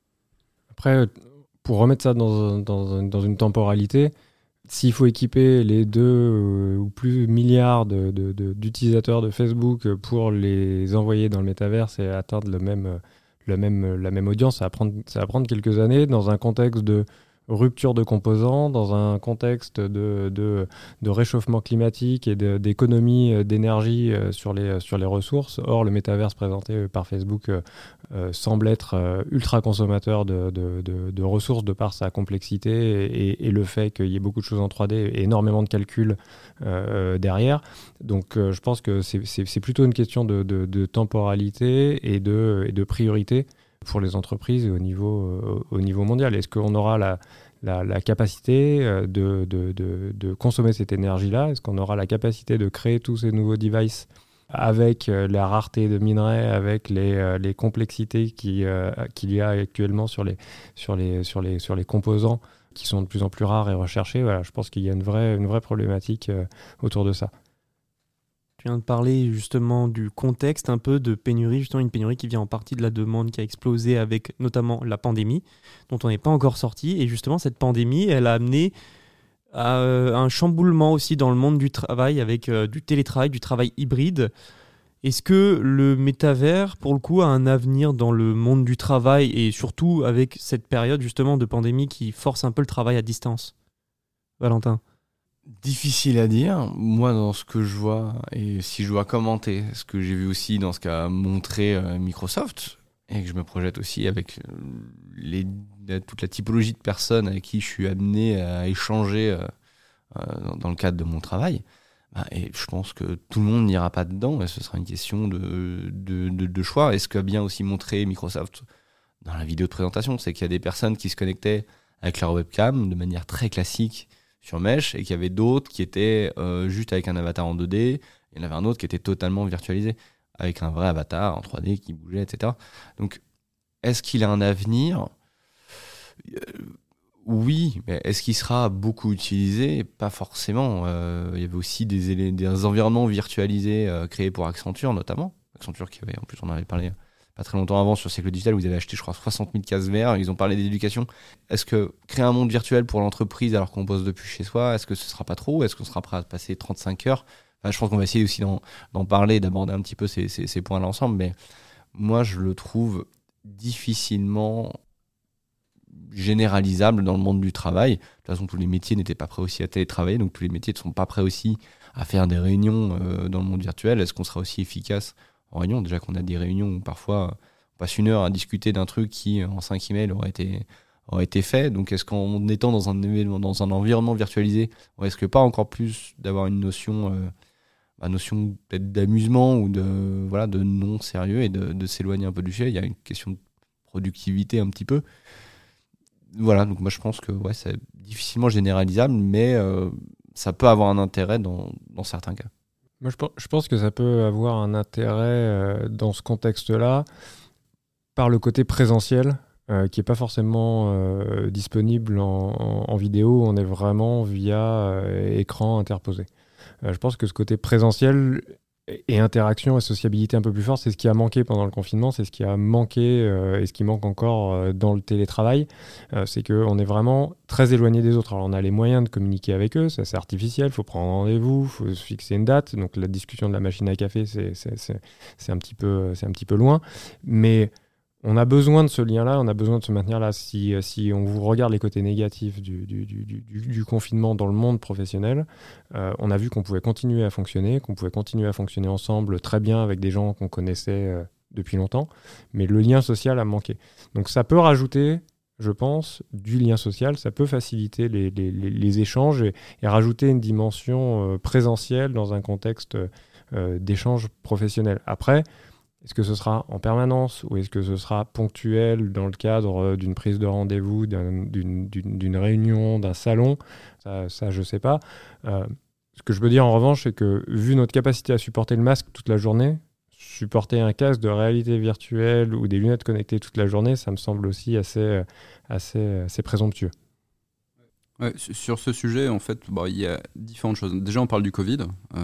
Après, pour remettre ça dans, dans, dans une temporalité, s'il faut équiper les deux euh, ou plus milliards de, de, de, d'utilisateurs de Facebook pour les envoyer dans le métaverse et atteindre le même, le même, la même audience, ça va, prendre, ça va prendre quelques années dans un contexte de rupture de composants, dans un contexte de, de, de réchauffement climatique et de, d'économie d'énergie sur les, sur les ressources. Or, le métaverse présenté par Facebook euh, euh, semble être euh, ultra consommateur de, de, de, de ressources de par sa complexité et, et le fait qu'il y ait beaucoup de choses en trois D et énormément de calculs euh, derrière. Donc, euh, je pense que c'est, c'est, c'est plutôt une question de, de, de temporalité et de, et de priorité pour les entreprises au niveau, euh, au niveau mondial. Est-ce qu'on aura la, la, la capacité de, de, de, de consommer cette énergie-là ? Est-ce qu'on aura la capacité de créer tous ces nouveaux devices avec euh, la rareté de minerais, avec les, euh, les complexités qui, euh, qu'il y a actuellement sur les, sur, les, sur, les, sur les composants qui sont de plus en plus rares et recherchés ? Voilà, je pense qu'il y a une vraie, une vraie problématique euh, autour de ça. Tu viens de parler justement du contexte un peu de pénurie, justement une pénurie qui vient en partie de la demande qui a explosé avec notamment la pandémie, dont on n'est pas encore sorti. Et justement, cette pandémie, elle a amené à euh, un chamboulement aussi dans le monde du travail avec euh, du télétravail, du travail hybride. Est-ce que le métavers, pour le coup, a un avenir dans le monde du travail et surtout avec cette période justement de pandémie qui force un peu le travail à distance ? Valentin ? Difficile à dire. Moi, dans ce que je vois, et si je dois commenter ce que j'ai vu aussi dans ce qu'a montré euh, Microsoft, et que je me projette aussi avec euh, les, la, toute la typologie de personnes avec qui je suis amené à échanger euh, euh, dans, dans le cadre de mon travail, bah, et je pense que tout le monde n'ira pas dedans, et ce sera une question de, de, de, de choix. Et ce qu'a bien aussi montré Microsoft dans la vidéo de présentation, c'est qu'il y a des personnes qui se connectaient avec leur webcam de manière très classique sur Mesh, et qu'il y avait d'autres qui étaient euh, juste avec un avatar en deux D, il y en avait un autre qui était totalement virtualisé, avec un vrai avatar en trois D qui bougeait, et cetera. Donc, est-ce qu'il a un avenir ? euh, Oui, mais est-ce qu'il sera beaucoup utilisé ? Pas forcément. Euh, il y avait aussi des, élé- des environnements virtualisés euh, créés pour Accenture, notamment. Accenture qui avait, en plus on en avait parlé pas très longtemps avant sur Siècle Digital, où ils avaient acheté, je crois, soixante mille casques V R, ils ont parlé d'éducation. Est-ce que créer un monde virtuel pour l'entreprise alors qu'on bosse depuis chez soi, est-ce que ce sera pas trop ? Est-ce qu'on sera prêt à passer trente-cinq heures ? Enfin, je pense qu'on va essayer aussi d'en, d'en parler, d'aborder un petit peu ces, ces, ces points-là ensemble, mais moi, je le trouve difficilement généralisable dans le monde du travail. De toute façon, tous les métiers n'étaient pas prêts aussi à télétravailler, donc tous les métiers ne sont pas prêts aussi à faire des réunions euh, dans le monde virtuel. Est-ce qu'on sera aussi efficace en réunion ? Déjà qu'on a des réunions où parfois on passe une heure à discuter d'un truc qui, en cinq emails, aurait été, aurait été fait. Donc est-ce qu'en étant dans un, événement, dans un environnement virtualisé, on risque pas encore plus d'avoir une notion, euh, une notion peut-être d'amusement ou de, voilà, de non-sérieux et de, de s'éloigner un peu du sujet ? Il y a une question de productivité un petit peu. Voilà, donc moi je pense que ouais, c'est difficilement généralisable, mais euh, ça peut avoir un intérêt dans, dans certains cas. Moi, je pense que ça peut avoir un intérêt euh, dans ce contexte-là par le côté présentiel euh, qui n'est pas forcément euh, disponible en, en, en vidéo. On est vraiment via euh, écran interposé. Euh, je pense que ce côté présentiel et interaction et sociabilité un peu plus forte, c'est ce qui a manqué pendant le confinement, c'est ce qui a manqué euh, et ce qui manque encore euh, dans le télétravail, euh, c'est qu'on est vraiment très éloigné des autres. Alors on a les moyens de communiquer avec eux, ça c'est artificiel, il faut prendre rendez-vous, il faut se fixer une date, donc la discussion de la machine à café c'est, c'est, c'est, c'est, un, petit peu, c'est un petit peu loin, mais on a besoin de ce lien-là, on a besoin de se maintenir là. Si, si on vous regarde les côtés négatifs du, du, du, du, du confinement dans le monde professionnel, euh, on a vu qu'on pouvait continuer à fonctionner, qu'on pouvait continuer à fonctionner ensemble très bien avec des gens qu'on connaissait euh, depuis longtemps, mais le lien social a manqué. Donc ça peut rajouter, je pense, du lien social, ça peut faciliter les, les, les, les échanges et, et rajouter une dimension euh, présentielle dans un contexte euh, d'échange professionnel. Après, est-ce que ce sera en permanence ou est-ce que ce sera ponctuel dans le cadre d'une prise de rendez-vous, d'un, d'une, d'une, d'une réunion, d'un salon ? Ça, ça je ne sais pas. Euh, ce que je peux dire en revanche, c'est que vu notre capacité à supporter le masque toute la journée, supporter un casque de réalité virtuelle ou des lunettes connectées toute la journée, ça me semble aussi assez, assez, assez présomptueux. Ouais, sur ce sujet, en fait, bah, il y a différentes choses. Déjà, on parle du Covid.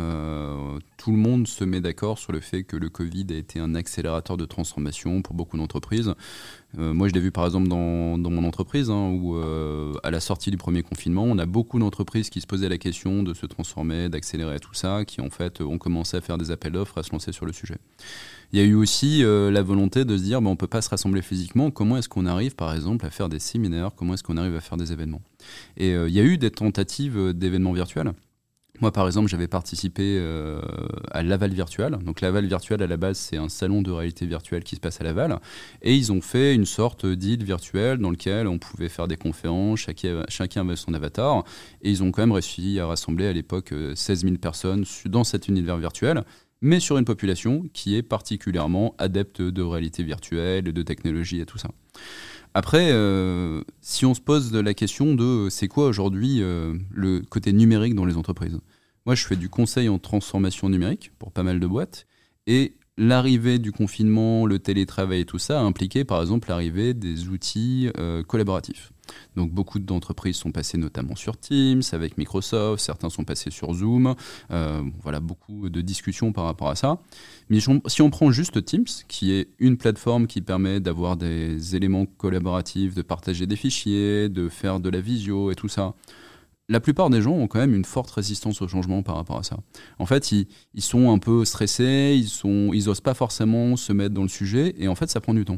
Euh, tout le monde se met d'accord sur le fait que le Covid a été un accélérateur de transformation pour beaucoup d'entreprises. Euh, moi, je l'ai vu par exemple dans, dans mon entreprise, hein, où euh, à la sortie du premier confinement, on a beaucoup d'entreprises qui se posaient la question de se transformer, d'accélérer tout ça, qui en fait ont commencé à faire des appels d'offres, à se lancer sur le sujet. Il y a eu aussi euh, la volonté de se dire, bah, on ne peut pas se rassembler physiquement, comment est-ce qu'on arrive par exemple à faire des séminaires, comment est-ce qu'on arrive à faire des événements ? Et euh, il y a eu des tentatives d'événements virtuels. Moi, par exemple, j'avais participé euh, à Laval Virtual. Donc, Laval Virtual, à la base, c'est un salon de réalité virtuelle qui se passe à Laval. Et ils ont fait une sorte d'île virtuelle dans laquelle on pouvait faire des conférences, chacun, chacun avait son avatar. Et ils ont quand même réussi à rassembler à l'époque seize mille personnes dans cet univers virtuel, mais sur une population qui est particulièrement adepte de réalité virtuelle, de technologie et tout ça. Après, euh, si on se pose la question de c'est quoi aujourd'hui euh, le côté numérique dans les entreprises ? Moi, je fais du conseil en transformation numérique pour pas mal de boîtes. Et l'arrivée du confinement, le télétravail et tout ça a impliqué, par exemple, l'arrivée des outils euh, collaboratifs. Donc, beaucoup d'entreprises sont passées notamment sur Teams, avec Microsoft, certains sont passés sur Zoom. Euh, voilà, beaucoup de discussions par rapport à ça. Mais si on prend juste Teams, qui est une plateforme qui permet d'avoir des éléments collaboratifs, de partager des fichiers, de faire de la visio et tout ça, la plupart des gens ont quand même une forte résistance au changement par rapport à ça. En fait, ils, ils sont un peu stressés, ils sont, ils osent pas forcément se mettre dans le sujet, et en fait, ça prend du temps.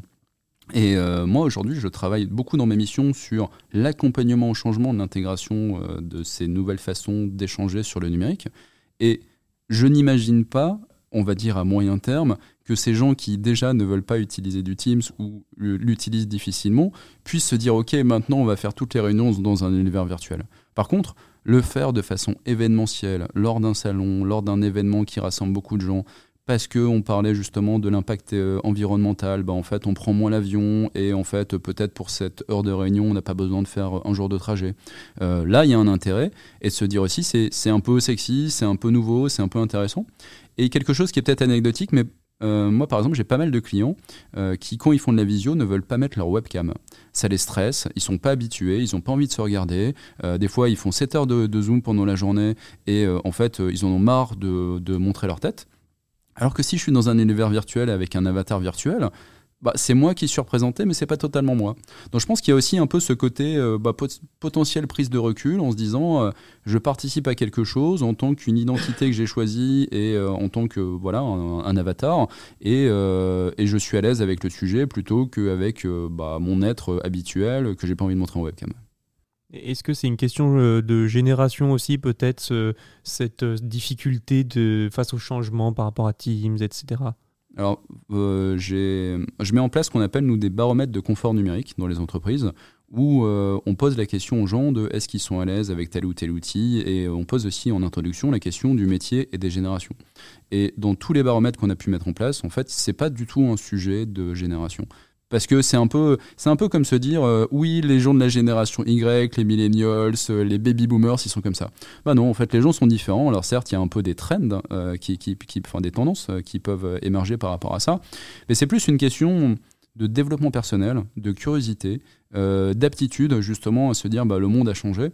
Et euh, moi, aujourd'hui, je travaille beaucoup dans mes missions sur l'accompagnement au changement, de l'intégration euh, de ces nouvelles façons d'échanger sur le numérique. Et je n'imagine pas, on va dire à moyen terme, que ces gens qui déjà ne veulent pas utiliser du Teams ou l'utilisent difficilement puissent se dire « Ok, maintenant on va faire toutes les réunions dans un univers virtuel ». Par contre, le faire de façon événementielle, lors d'un salon, lors d'un événement qui rassemble beaucoup de gens, parce qu'on parlait justement de l'impact euh, environnemental, bah en fait on prend moins l'avion et en fait peut-être pour cette heure de réunion on n'a pas besoin de faire un jour de trajet. Euh, là il y a un intérêt et de se dire aussi c'est, c'est un peu sexy, c'est un peu nouveau, c'est un peu intéressant. Et quelque chose qui est peut-être anecdotique, mais euh, moi par exemple j'ai pas mal de clients euh, qui quand ils font de la visio ne veulent pas mettre leur webcam. Ça les stresse, ils sont pas habitués, ils ont pas envie de se regarder. Euh, des fois ils font sept heures de, de Zoom pendant la journée et euh, en fait euh, ils en ont marre de, de montrer leur tête. Alors que si je suis dans un univers virtuel avec un avatar virtuel, bah, c'est moi qui suis représenté, mais c'est pas totalement moi. Donc je pense qu'il y a aussi un peu ce côté euh, bah, pot- potentielle prise de recul en se disant euh, je participe à quelque chose en tant qu'une identité que j'ai choisie et euh, en tant que voilà un, un avatar et, euh, et je suis à l'aise avec le sujet plutôt qu'avec euh, bah, mon être habituel que j'ai pas envie de montrer en webcam. Est-ce que c'est une question de génération aussi, peut-être, ce, cette difficulté de, face au changement par rapport à Teams, et cetera ? Alors, euh, j'ai, je mets en place ce qu'on appelle, nous, des baromètres de confort numérique dans les entreprises, où euh, on pose la question aux gens de est-ce qu'ils sont à l'aise avec tel ou tel outil, et on pose aussi en introduction la question du métier et des générations. Et dans tous les baromètres qu'on a pu mettre en place, en fait, c'est pas du tout un sujet de génération. Parce que c'est un peu, c'est un peu comme se dire euh, oui, les gens de la génération Y, les millennials, euh, les baby boomers, ils sont comme ça. Bah non, en fait, les gens sont différents. Alors certes, il y a un peu des trends, euh, qui, qui, qui, enfin des tendances euh, qui peuvent émerger par rapport à ça, mais c'est plus une question de développement personnel, de curiosité, euh, d'aptitude justement à se dire bah, le monde a changé.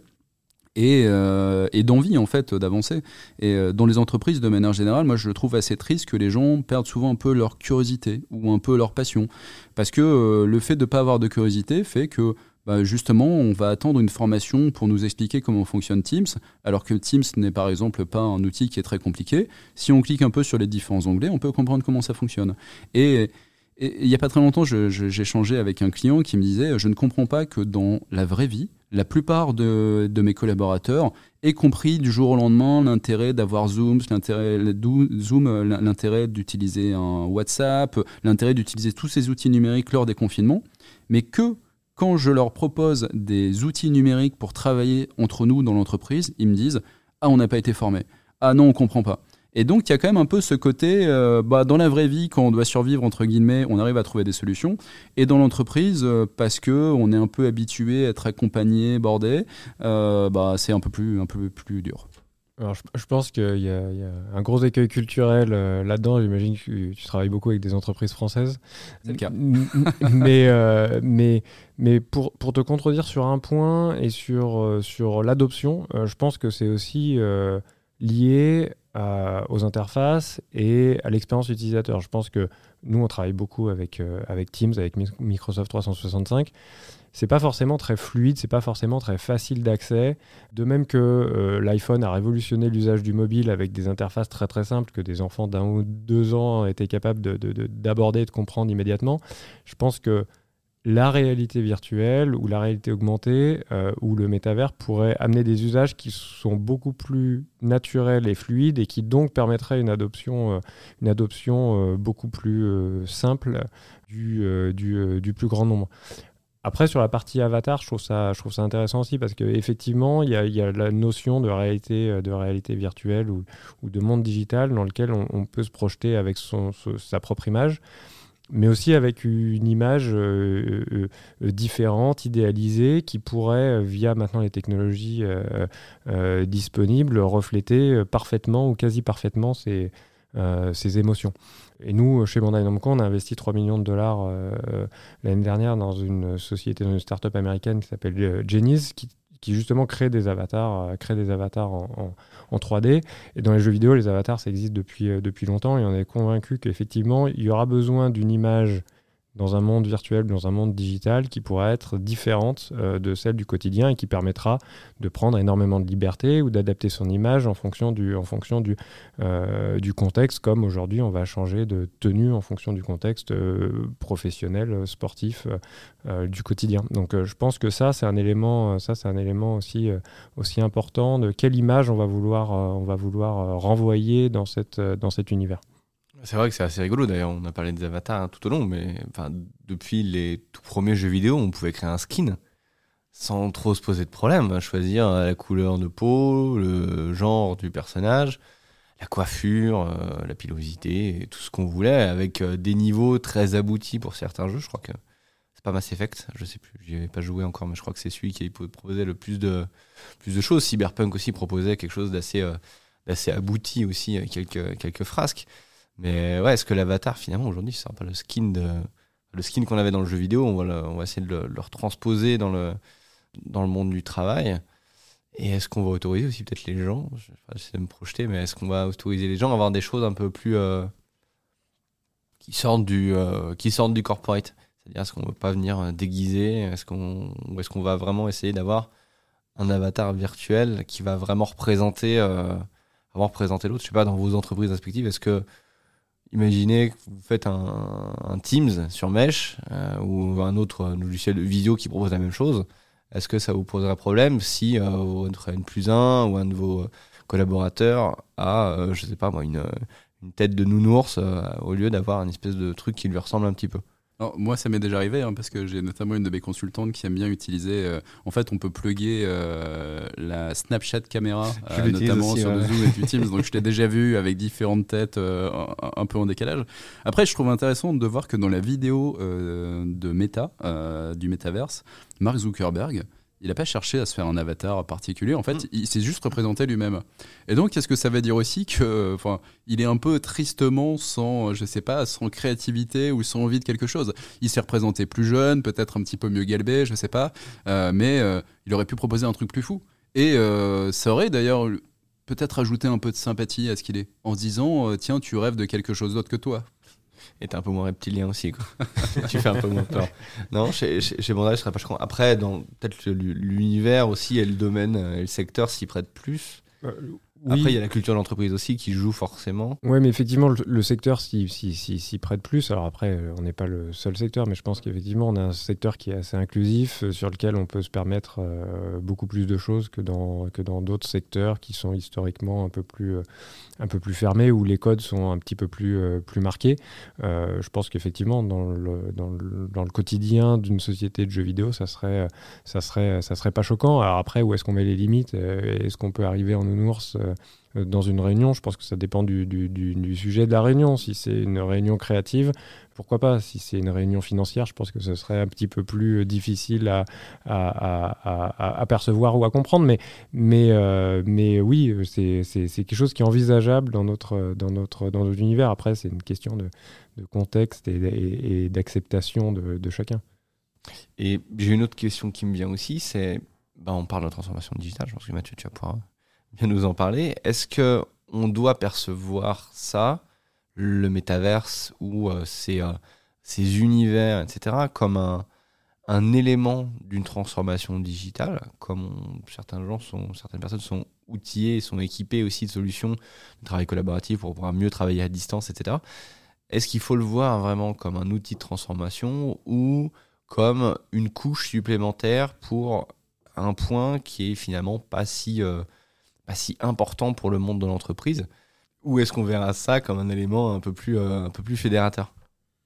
Et, euh, et d'envie en fait d'avancer. Et euh, dans les entreprises de manière générale, moi je trouve assez triste que les gens perdent souvent un peu leur curiosité ou un peu leur passion, parce que euh, le fait de ne pas avoir de curiosité fait que bah, justement on va attendre une formation pour nous expliquer comment fonctionne Teams, alors que Teams n'est par exemple pas un outil qui est très compliqué. Si on clique un peu sur les différents onglets, on peut comprendre comment ça fonctionne. Et Et il n'y a pas très longtemps, je, je, j'ai échangé avec un client qui me disait « Je ne comprends pas que dans la vraie vie, la plupart de, de mes collaborateurs aient compris du jour au lendemain l'intérêt d'avoir Zoom, l'intérêt, Zoom, l'intérêt d'utiliser un WhatsApp, l'intérêt d'utiliser tous ces outils numériques lors des confinements, mais que quand je leur propose des outils numériques pour travailler entre nous dans l'entreprise, ils me disent « Ah, on n'a pas été formé. Ah non, on ne comprend pas. » Et donc, il y a quand même un peu ce côté, euh, bah, dans la vraie vie, quand on doit survivre, entre guillemets, on arrive à trouver des solutions. Et dans l'entreprise, euh, parce qu'on est un peu habitué à être accompagné, bordé, euh, bah, c'est un peu plus, un peu plus dur. Alors, je, je pense qu'il y a, il y a un gros écueil culturel euh, là-dedans. J'imagine que tu, tu travailles beaucoup avec des entreprises françaises. C'est le cas. mais euh, mais, mais pour, pour te contredire sur un point et sur, euh, sur l'adoption, euh, je pense que c'est aussi euh, lié à, aux interfaces et à l'expérience utilisateur. Je pense que nous, on travaille beaucoup avec, euh, avec Teams, avec Microsoft trois cent soixante-cinq. C'est pas forcément très fluide, c'est pas forcément très facile d'accès. De même que euh, l'iPhone a révolutionné l'usage du mobile avec des interfaces très très simples que des enfants d'un ou deux ans étaient capables de, de, de, d'aborder et de comprendre immédiatement. Je pense que la réalité virtuelle ou la réalité augmentée euh, ou le métavers pourrait amener des usages qui sont beaucoup plus naturels et fluides et qui donc permettraient une adoption, euh, une adoption euh, beaucoup plus euh, simple du, euh, du, euh, du plus grand nombre. Après, sur la partie avatar, je trouve ça, je trouve ça intéressant aussi parce qu'effectivement, il y a, y a la notion de réalité, de réalité virtuelle ou, ou de monde digital dans lequel on, on peut se projeter avec son, son, sa propre image, mais aussi avec une image euh, euh, différente, idéalisée, qui pourrait, via maintenant les technologies euh, euh, disponibles, refléter parfaitement ou quasi parfaitement ces, euh, ces émotions. Et nous, chez Bandai Namco, on a investi trois millions de dollars euh, l'année dernière dans une société, dans une start-up américaine qui s'appelle euh, Genies, qui, qui justement crée des avatars, euh, crée des avatars en, en, en trois D. Et dans les jeux vidéo, les avatars, ça existe depuis, euh, depuis longtemps. Et on est convaincu qu'effectivement, il y aura besoin d'une image dans un monde virtuel, dans un monde digital, qui pourra être différente euh, de celle du quotidien et qui permettra de prendre énormément de liberté ou d'adapter son image en fonction du, en fonction du, euh, du contexte, comme aujourd'hui on va changer de tenue en fonction du contexte euh, professionnel, sportif euh, du quotidien. Donc euh, je pense que ça, c'est un élément, ça, c'est un élément aussi, euh, aussi important de quelle image on va vouloir, euh, on va vouloir euh, renvoyer dans, cette, euh, dans cet univers. C'est vrai que c'est assez rigolo, d'ailleurs, on a parlé des avatars hein, tout au long, mais enfin, depuis les tout premiers jeux vidéo, on pouvait créer un skin sans trop se poser de problème, choisir la couleur de peau, le genre du personnage, la coiffure, euh, la pilosité, et tout ce qu'on voulait, avec euh, des niveaux très aboutis pour certains jeux. Je crois que c'est pas Mass Effect, je sais plus, j'y avais pas joué encore, mais je crois que c'est celui qui proposait le plus de, plus de choses. Cyberpunk aussi proposait quelque chose d'assez, euh, d'assez abouti aussi, avec quelques, quelques frasques. Mais ouais, est-ce que l'avatar, finalement, aujourd'hui, ce sera pas le skin de le skin qu'on avait dans le jeu vidéo, on va, le, on va essayer de le, le retransposer dans le, dans le monde du travail. Et est-ce qu'on va autoriser aussi peut-être les gens, je sais pas, j'essaie de me projeter, mais est-ce qu'on va autoriser les gens à avoir des choses un peu plus euh, qui sortent du euh, qui sortent du corporate, c'est-à-dire est-ce qu'on ne veut pas venir déguiser, est-ce qu'on ou est-ce qu'on va vraiment essayer d'avoir un avatar virtuel qui va vraiment représenter euh, vraiment représenter l'autre. Je sais pas, dans vos entreprises respectives, est-ce que imaginez que vous faites un, un Teams sur Mesh euh, ou un autre logiciel de vidéo qui propose la même chose. Est-ce que ça vous poserait problème si euh, votre N plus un ou un de vos collaborateurs a, euh, je sais pas moi, une, une tête de nounours euh, au lieu d'avoir une espèce de truc qui lui ressemble un petit peu? Alors, moi, ça m'est déjà arrivé hein, parce que j'ai notamment une de mes consultantes qui aime bien utiliser. Euh, en fait, on peut plugger euh, la Snapchat caméra, euh, notamment aussi, sur ouais. le Zoom et du Teams. Donc, je l'ai déjà vu avec différentes têtes euh, un, un peu en décalage. Après, je trouve intéressant de voir que dans la vidéo euh, de Meta, euh, du Metaverse, Mark Zuckerberg, Il n'a pas cherché à se faire un avatar particulier. En fait, Mm. il s'est juste représenté lui-même. Et donc, qu'est-ce que ça veut dire aussi que, enfin, il est un peu tristement sans, je sais pas, sans créativité ou sans envie de quelque chose. Il s'est représenté plus jeune, peut-être un petit peu mieux galbé, je sais pas, euh, mais euh, il aurait pu proposer un truc plus fou. Et euh, ça aurait d'ailleurs peut-être ajouté un peu de sympathie à ce qu'il est, en se disant, euh, tiens, tu rêves de quelque chose d'autre que toi. Et t'es un peu moins reptilien aussi, quoi. Tu fais un peu moins peur. Non, chez, chez, chez Bandai, je serais pas choquant. Après, dans peut-être le- l'univers aussi et le domaine et le secteur s'y prêtent plus. Euh, Après, il oui. y a la culture d'entreprise aussi qui joue forcément. Ouais, mais effectivement, le, le secteur s'y, s'y, s'y, s'y prête plus. Alors après, euh, on n'est pas le seul secteur, mais je pense qu'effectivement, on a un secteur qui est assez inclusif, euh, sur lequel on peut se permettre euh, beaucoup plus de choses que dans, que dans d'autres secteurs qui sont historiquement un peu plus, euh, un peu plus fermés, où les codes sont un petit peu plus, euh, plus marqués. Euh, je pense qu'effectivement, dans le, dans, le, dans le quotidien d'une société de jeux vidéo, ça serait, ça serait, ça serait pas choquant. Alors après, où est-ce qu'on met les limites ? Euh, Est-ce qu'on peut arriver en nounours euh, dans une réunion? Je pense que ça dépend du, du, du, du sujet de la réunion. Si c'est une réunion créative, pourquoi pas? Si c'est une réunion financière, je pense que ce serait un petit peu plus difficile à, à, à, à, à percevoir ou à comprendre. Mais, mais, euh, mais oui, c'est, c'est, c'est quelque chose qui est envisageable dans notre, dans notre, dans notre univers. Après, c'est une question de, de contexte et, et, et d'acceptation de, de chacun. Et j'ai une autre question qui me vient aussi, c'est, bah, on parle de transformation digitale, je pense que Mathieu, tu vas pouvoir bien nous en parler. Est-ce qu'on doit percevoir ça, le métaverse ou euh, ces, euh, ces univers, et cetera, comme un, un élément d'une transformation digitale, comme on- certains gens sont, certaines personnes sont outillées, sont équipées aussi de solutions de travail collaboratif pour pouvoir mieux travailler à distance, et cetera. Est-ce qu'il faut le voir vraiment comme un outil de transformation ou comme une couche supplémentaire pour un point qui est finalement pas si, euh, pas si important pour le monde de l'entreprise? Ou est-ce qu'on verra ça comme un élément un peu plus, euh, un peu plus fédérateur?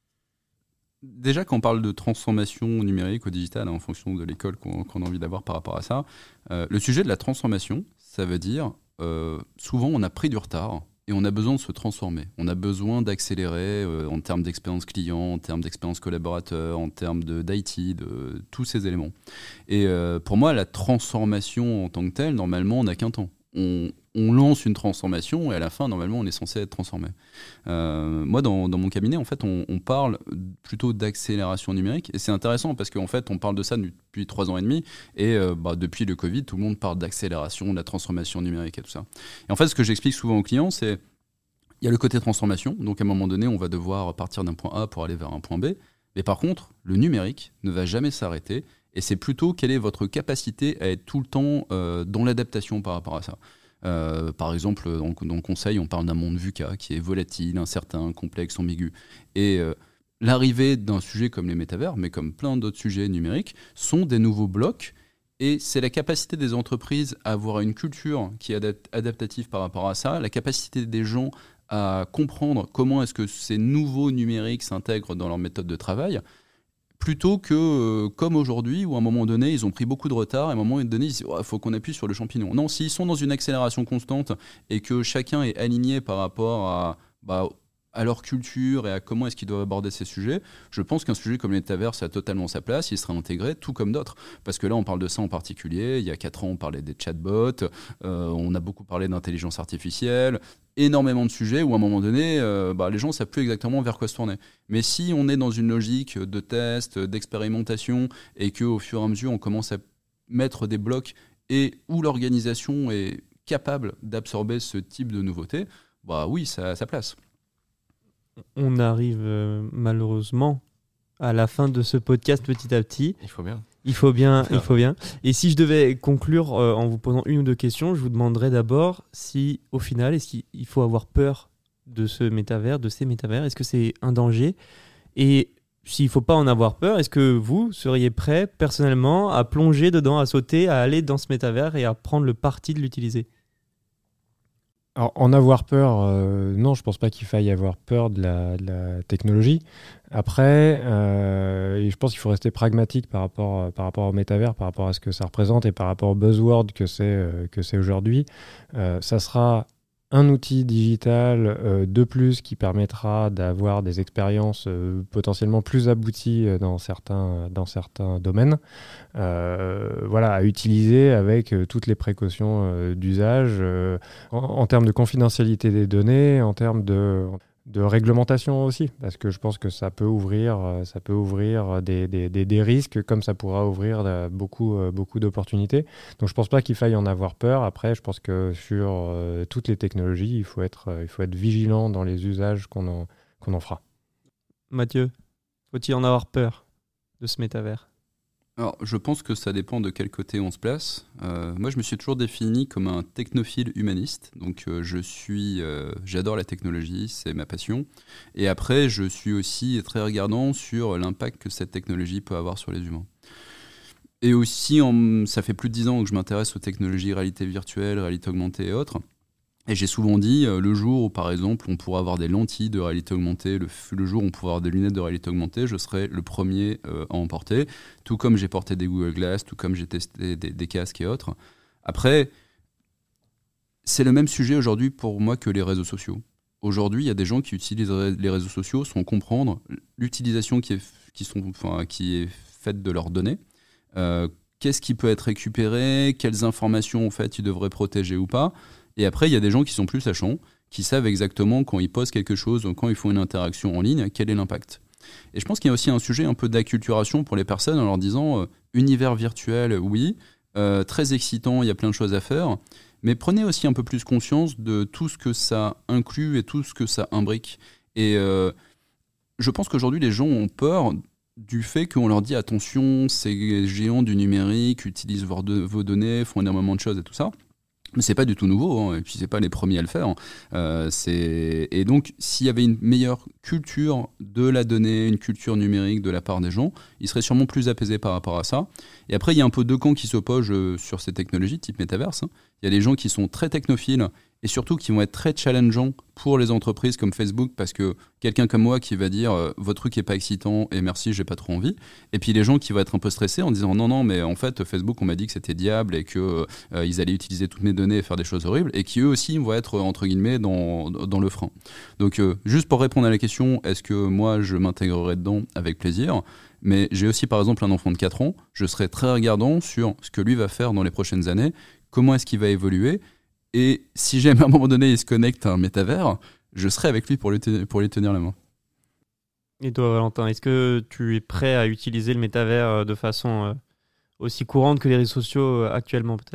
Déjà, quand on parle de transformation numérique ou digitale, hein, en fonction de l'école qu'on qu'on a envie d'avoir par rapport à ça, euh, le sujet de la transformation, ça veut dire, euh, souvent on a pris du retard et on a besoin de se transformer. On a besoin d'accélérer euh, en termes d'expérience client, en termes d'expérience collaborateur, en termes de- d'I T, de tous ces éléments. Et euh, pour moi, la transformation en tant que telle, normalement, on n'a qu'un temps. On, on lance une transformation et à la fin, normalement, on est censé être transformé. Euh, moi, dans, dans mon cabinet, en fait, on, on parle plutôt d'accélération numérique et c'est intéressant parce qu'en fait, on parle de ça depuis trois ans et demi et euh, bah, depuis le Covid, tout le monde parle d'accélération, de la transformation numérique et tout ça. Et en fait, ce que j'explique souvent aux clients, c'est il y a le côté transformation, donc à un moment donné, on va devoir partir d'un point A pour aller vers un point B. Mais par contre, le numérique ne va jamais s'arrêter et c'est plutôt quelle est votre capacité à être tout le temps euh, dans l'adaptation par rapport à ça. Euh, par exemple, dans, dans le conseil, on parle d'un monde VUCA qui est volatile, incertain, complexe, ambigu. Et euh, l'arrivée d'un sujet comme les métavers, mais comme plein d'autres sujets numériques, sont des nouveaux blocs. Et c'est la capacité des entreprises à avoir une culture qui est adap- adaptative par rapport à ça, la capacité des gens à comprendre comment est-ce que ces nouveaux numériques s'intègrent dans leur méthode de travail, plutôt que euh, comme aujourd'hui, où à un moment donné, ils ont pris beaucoup de retard, et à un moment donné, ils disent il faut qu'on appuie sur le champignon. Non, s'ils sont dans une accélération constante et que chacun est aligné par rapport à, bah, à leur culture et à comment est-ce qu'ils doivent aborder ces sujets, je pense qu'un sujet comme les métaverse a totalement sa place, il sera intégré, tout comme d'autres. Parce que là, on parle de ça en particulier. Il y a quatre ans, on parlait des chatbots, euh, on a beaucoup parlé d'intelligence artificielle, énormément de sujets où à un moment donné, euh, bah, les gens ne savent plus exactement vers quoi se tourner. Mais si on est dans une logique de test, d'expérimentation, et qu'au fur et à mesure, on commence à mettre des blocs et où l'organisation est capable d'absorber ce type de nouveautés, bah oui, ça a sa place. On arrive euh, malheureusement à la fin de ce podcast petit à petit. Il faut bien. Il faut bien, il faut bien. Et si je devais conclure euh, en vous posant une ou deux questions, je vous demanderais d'abord si, au final, est-ce qu'il faut avoir peur de ce métavers, de ces métavers? Est-ce que c'est un danger? Et s'il ne faut pas en avoir peur, est-ce que vous seriez prêt, personnellement, à plonger dedans, à sauter, à aller dans ce métavers et à prendre le parti de l'utiliser? Alors, en avoir peur, euh, non, je pense pas qu'il faille avoir peur de la, de la technologie. Après, euh, et je pense qu'il faut rester pragmatique par rapport, par rapport au métavers, par rapport à ce que ça représente et par rapport au buzzword que c'est, euh, que c'est aujourd'hui. Euh, ça sera un outil digital euh, de plus qui permettra d'avoir des expériences euh, potentiellement plus abouties euh, dans certains, dans certains domaines, euh, voilà, à utiliser avec euh, toutes les précautions euh, d'usage euh, en, en termes de confidentialité des données, en termes de... de réglementation aussi, parce que je pense que ça peut ouvrir, ça peut ouvrir des, des, des, des risques, comme ça pourra ouvrir beaucoup, beaucoup d'opportunités. Donc je ne pense pas qu'il faille en avoir peur. Après, je pense que sur euh, toutes les technologies, il faut être, il faut être vigilant dans les usages qu'on en, qu'on en fera. Mathieu, faut-il en avoir peur de ce métavers ? Alors, je pense que ça dépend de quel côté on se place. Euh, moi, je me suis toujours défini comme un technophile humaniste. Donc, euh, je suis, euh, j'adore la technologie, c'est ma passion. Et après, je suis aussi très regardant sur l'impact que cette technologie peut avoir sur les humains. Et aussi, en, ça fait plus de dix ans que je m'intéresse aux technologies réalité virtuelle, réalité augmentée et autres. Et j'ai souvent dit, euh, le jour où, par exemple, on pourra avoir des lentilles de réalité augmentée, le, le jour où on pourra avoir des lunettes de réalité augmentée, je serai le premier euh, à en porter, tout comme j'ai porté des Google Glass, tout comme j'ai testé des, des casques et autres. Après, c'est le même sujet aujourd'hui pour moi que les réseaux sociaux. Aujourd'hui, il y a des gens qui utilisent les réseaux sociaux sans comprendre l'utilisation qui est, qui sont, enfin, qui est faite de leurs données, euh, qu'est-ce qui peut être récupéré, quelles informations en fait, ils devraient protéger ou pas. Et après, il y a des gens qui sont plus sachants, qui savent exactement quand ils postent quelque chose, quand ils font une interaction en ligne, quel est l'impact. Et je pense qu'il y a aussi un sujet un peu d'acculturation pour les personnes en leur disant euh, univers virtuel, oui, euh, très excitant, il y a plein de choses à faire, mais prenez aussi un peu plus conscience de tout ce que ça inclut et tout ce que ça imbrique. Et euh, je pense qu'aujourd'hui, les gens ont peur du fait qu'on leur dit attention, ces géants du numérique utilisent vos, de, vos données, font énormément de choses et tout ça. Mais c'est pas du tout nouveau, hein, et puis c'est pas les premiers à le faire. Euh, c'est... Et donc, s'il y avait une meilleure culture de la donnée, une culture numérique de la part des gens, ils seraient sûrement plus apaisés par rapport à ça. Et après, il y a un peu deux camps qui s'opposent euh, sur ces technologies, type métaverse. Hein. Il y a des gens qui sont très technophiles et surtout qui vont être très challengeants pour les entreprises comme Facebook, parce que quelqu'un comme moi qui va dire euh, votre truc est pas excitant et merci, j'ai pas trop envie. Et puis les gens qui vont être un peu stressés en disant non non mais en fait Facebook on m'a dit que c'était diable et que euh, ils allaient utiliser toutes mes données et faire des choses horribles, et qui eux aussi vont être entre guillemets dans dans le frein. Donc euh, juste pour répondre à la question, est-ce que moi je m'intégrerai dedans? Avec plaisir. Mais j'ai aussi par exemple un enfant de quatre ans, je serai très regardant sur ce que lui va faire dans les prochaines années, comment est-ce qu'il va évoluer. Et si jamais à un moment donné il se connecte à un métavers, je serai avec lui pour lui, te- pour lui tenir la main. Et toi, Valentin, est-ce que tu es prêt à utiliser le métavers de façon euh, aussi courante que les réseaux sociaux euh, actuellement, peut-être ?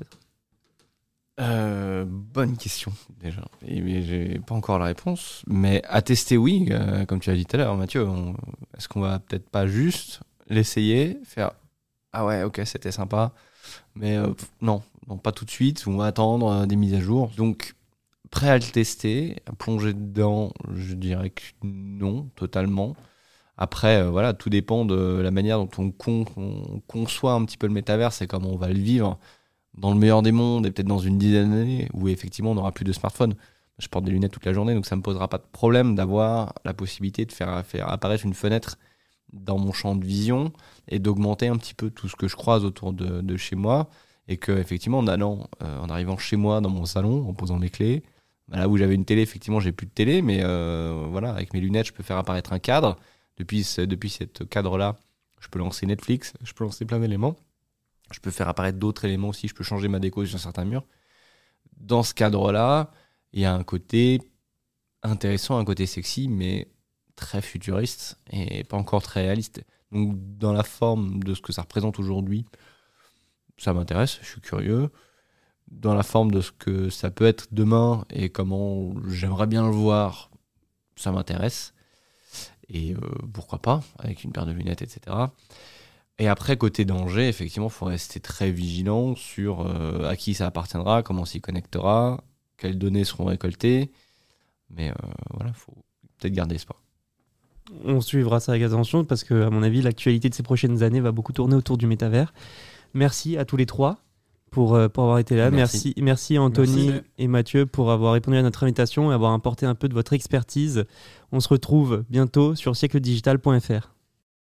Euh, bonne question, déjà. Et, mais j'ai pas encore la réponse. Mais à tester, oui, euh, comme tu as dit tout à l'heure, Mathieu. On, est-ce qu'on va peut-être pas juste l'essayer, faire ah ouais, ok, c'était sympa, mais euh, pff, non, non, pas tout de suite. On va attendre euh, des mises à jour. Donc, prêt à le tester, à plonger dedans, je dirais que non, totalement. Après, euh, voilà, tout dépend de la manière dont on, con, on conçoit un petit peu le métavers et comment on va le vivre. Dans le meilleur des mondes et peut-être dans une dizaine d'années où effectivement on n'aura plus de smartphone. Je porte des lunettes toute la journée, donc ça ne me posera pas de problème d'avoir la possibilité de faire, faire apparaître une fenêtre dans mon champ de vision et d'augmenter un petit peu tout ce que je croise autour de, de chez moi, et que effectivement en allant, euh, en arrivant chez moi dans mon salon, en posant mes clés, bah là où j'avais une télé, effectivement j'ai plus de télé, mais euh, voilà, avec mes lunettes je peux faire apparaître un cadre. Depuis ce depuis cet cadre-là, je peux lancer Netflix, je peux lancer plein d'éléments. Je peux faire apparaître d'autres éléments aussi, je peux changer ma déco sur certains murs. Dans ce cadre-là, il y a un côté intéressant, un côté sexy, mais très futuriste et pas encore très réaliste. Donc dans la forme de ce que ça représente aujourd'hui, ça m'intéresse, je suis curieux. Dans la forme de ce que ça peut être demain et comment j'aimerais bien le voir, ça m'intéresse. Et euh, pourquoi pas, avec une paire de lunettes, et cetera. Et après, côté danger, effectivement, il faut rester très vigilant sur euh, à qui ça appartiendra, comment s'y connectera, quelles données seront récoltées. Mais euh, voilà, il faut peut-être garder espoir. On suivra ça avec attention parce que, à mon avis, l'actualité de ces prochaines années va beaucoup tourner autour du métavers. Merci à tous les trois pour, euh, pour avoir été là. Merci, merci, merci Anthony merci. Et Mathieu pour avoir répondu à notre invitation et avoir apporté un peu de votre expertise. On se retrouve bientôt sur siècle digital point f r.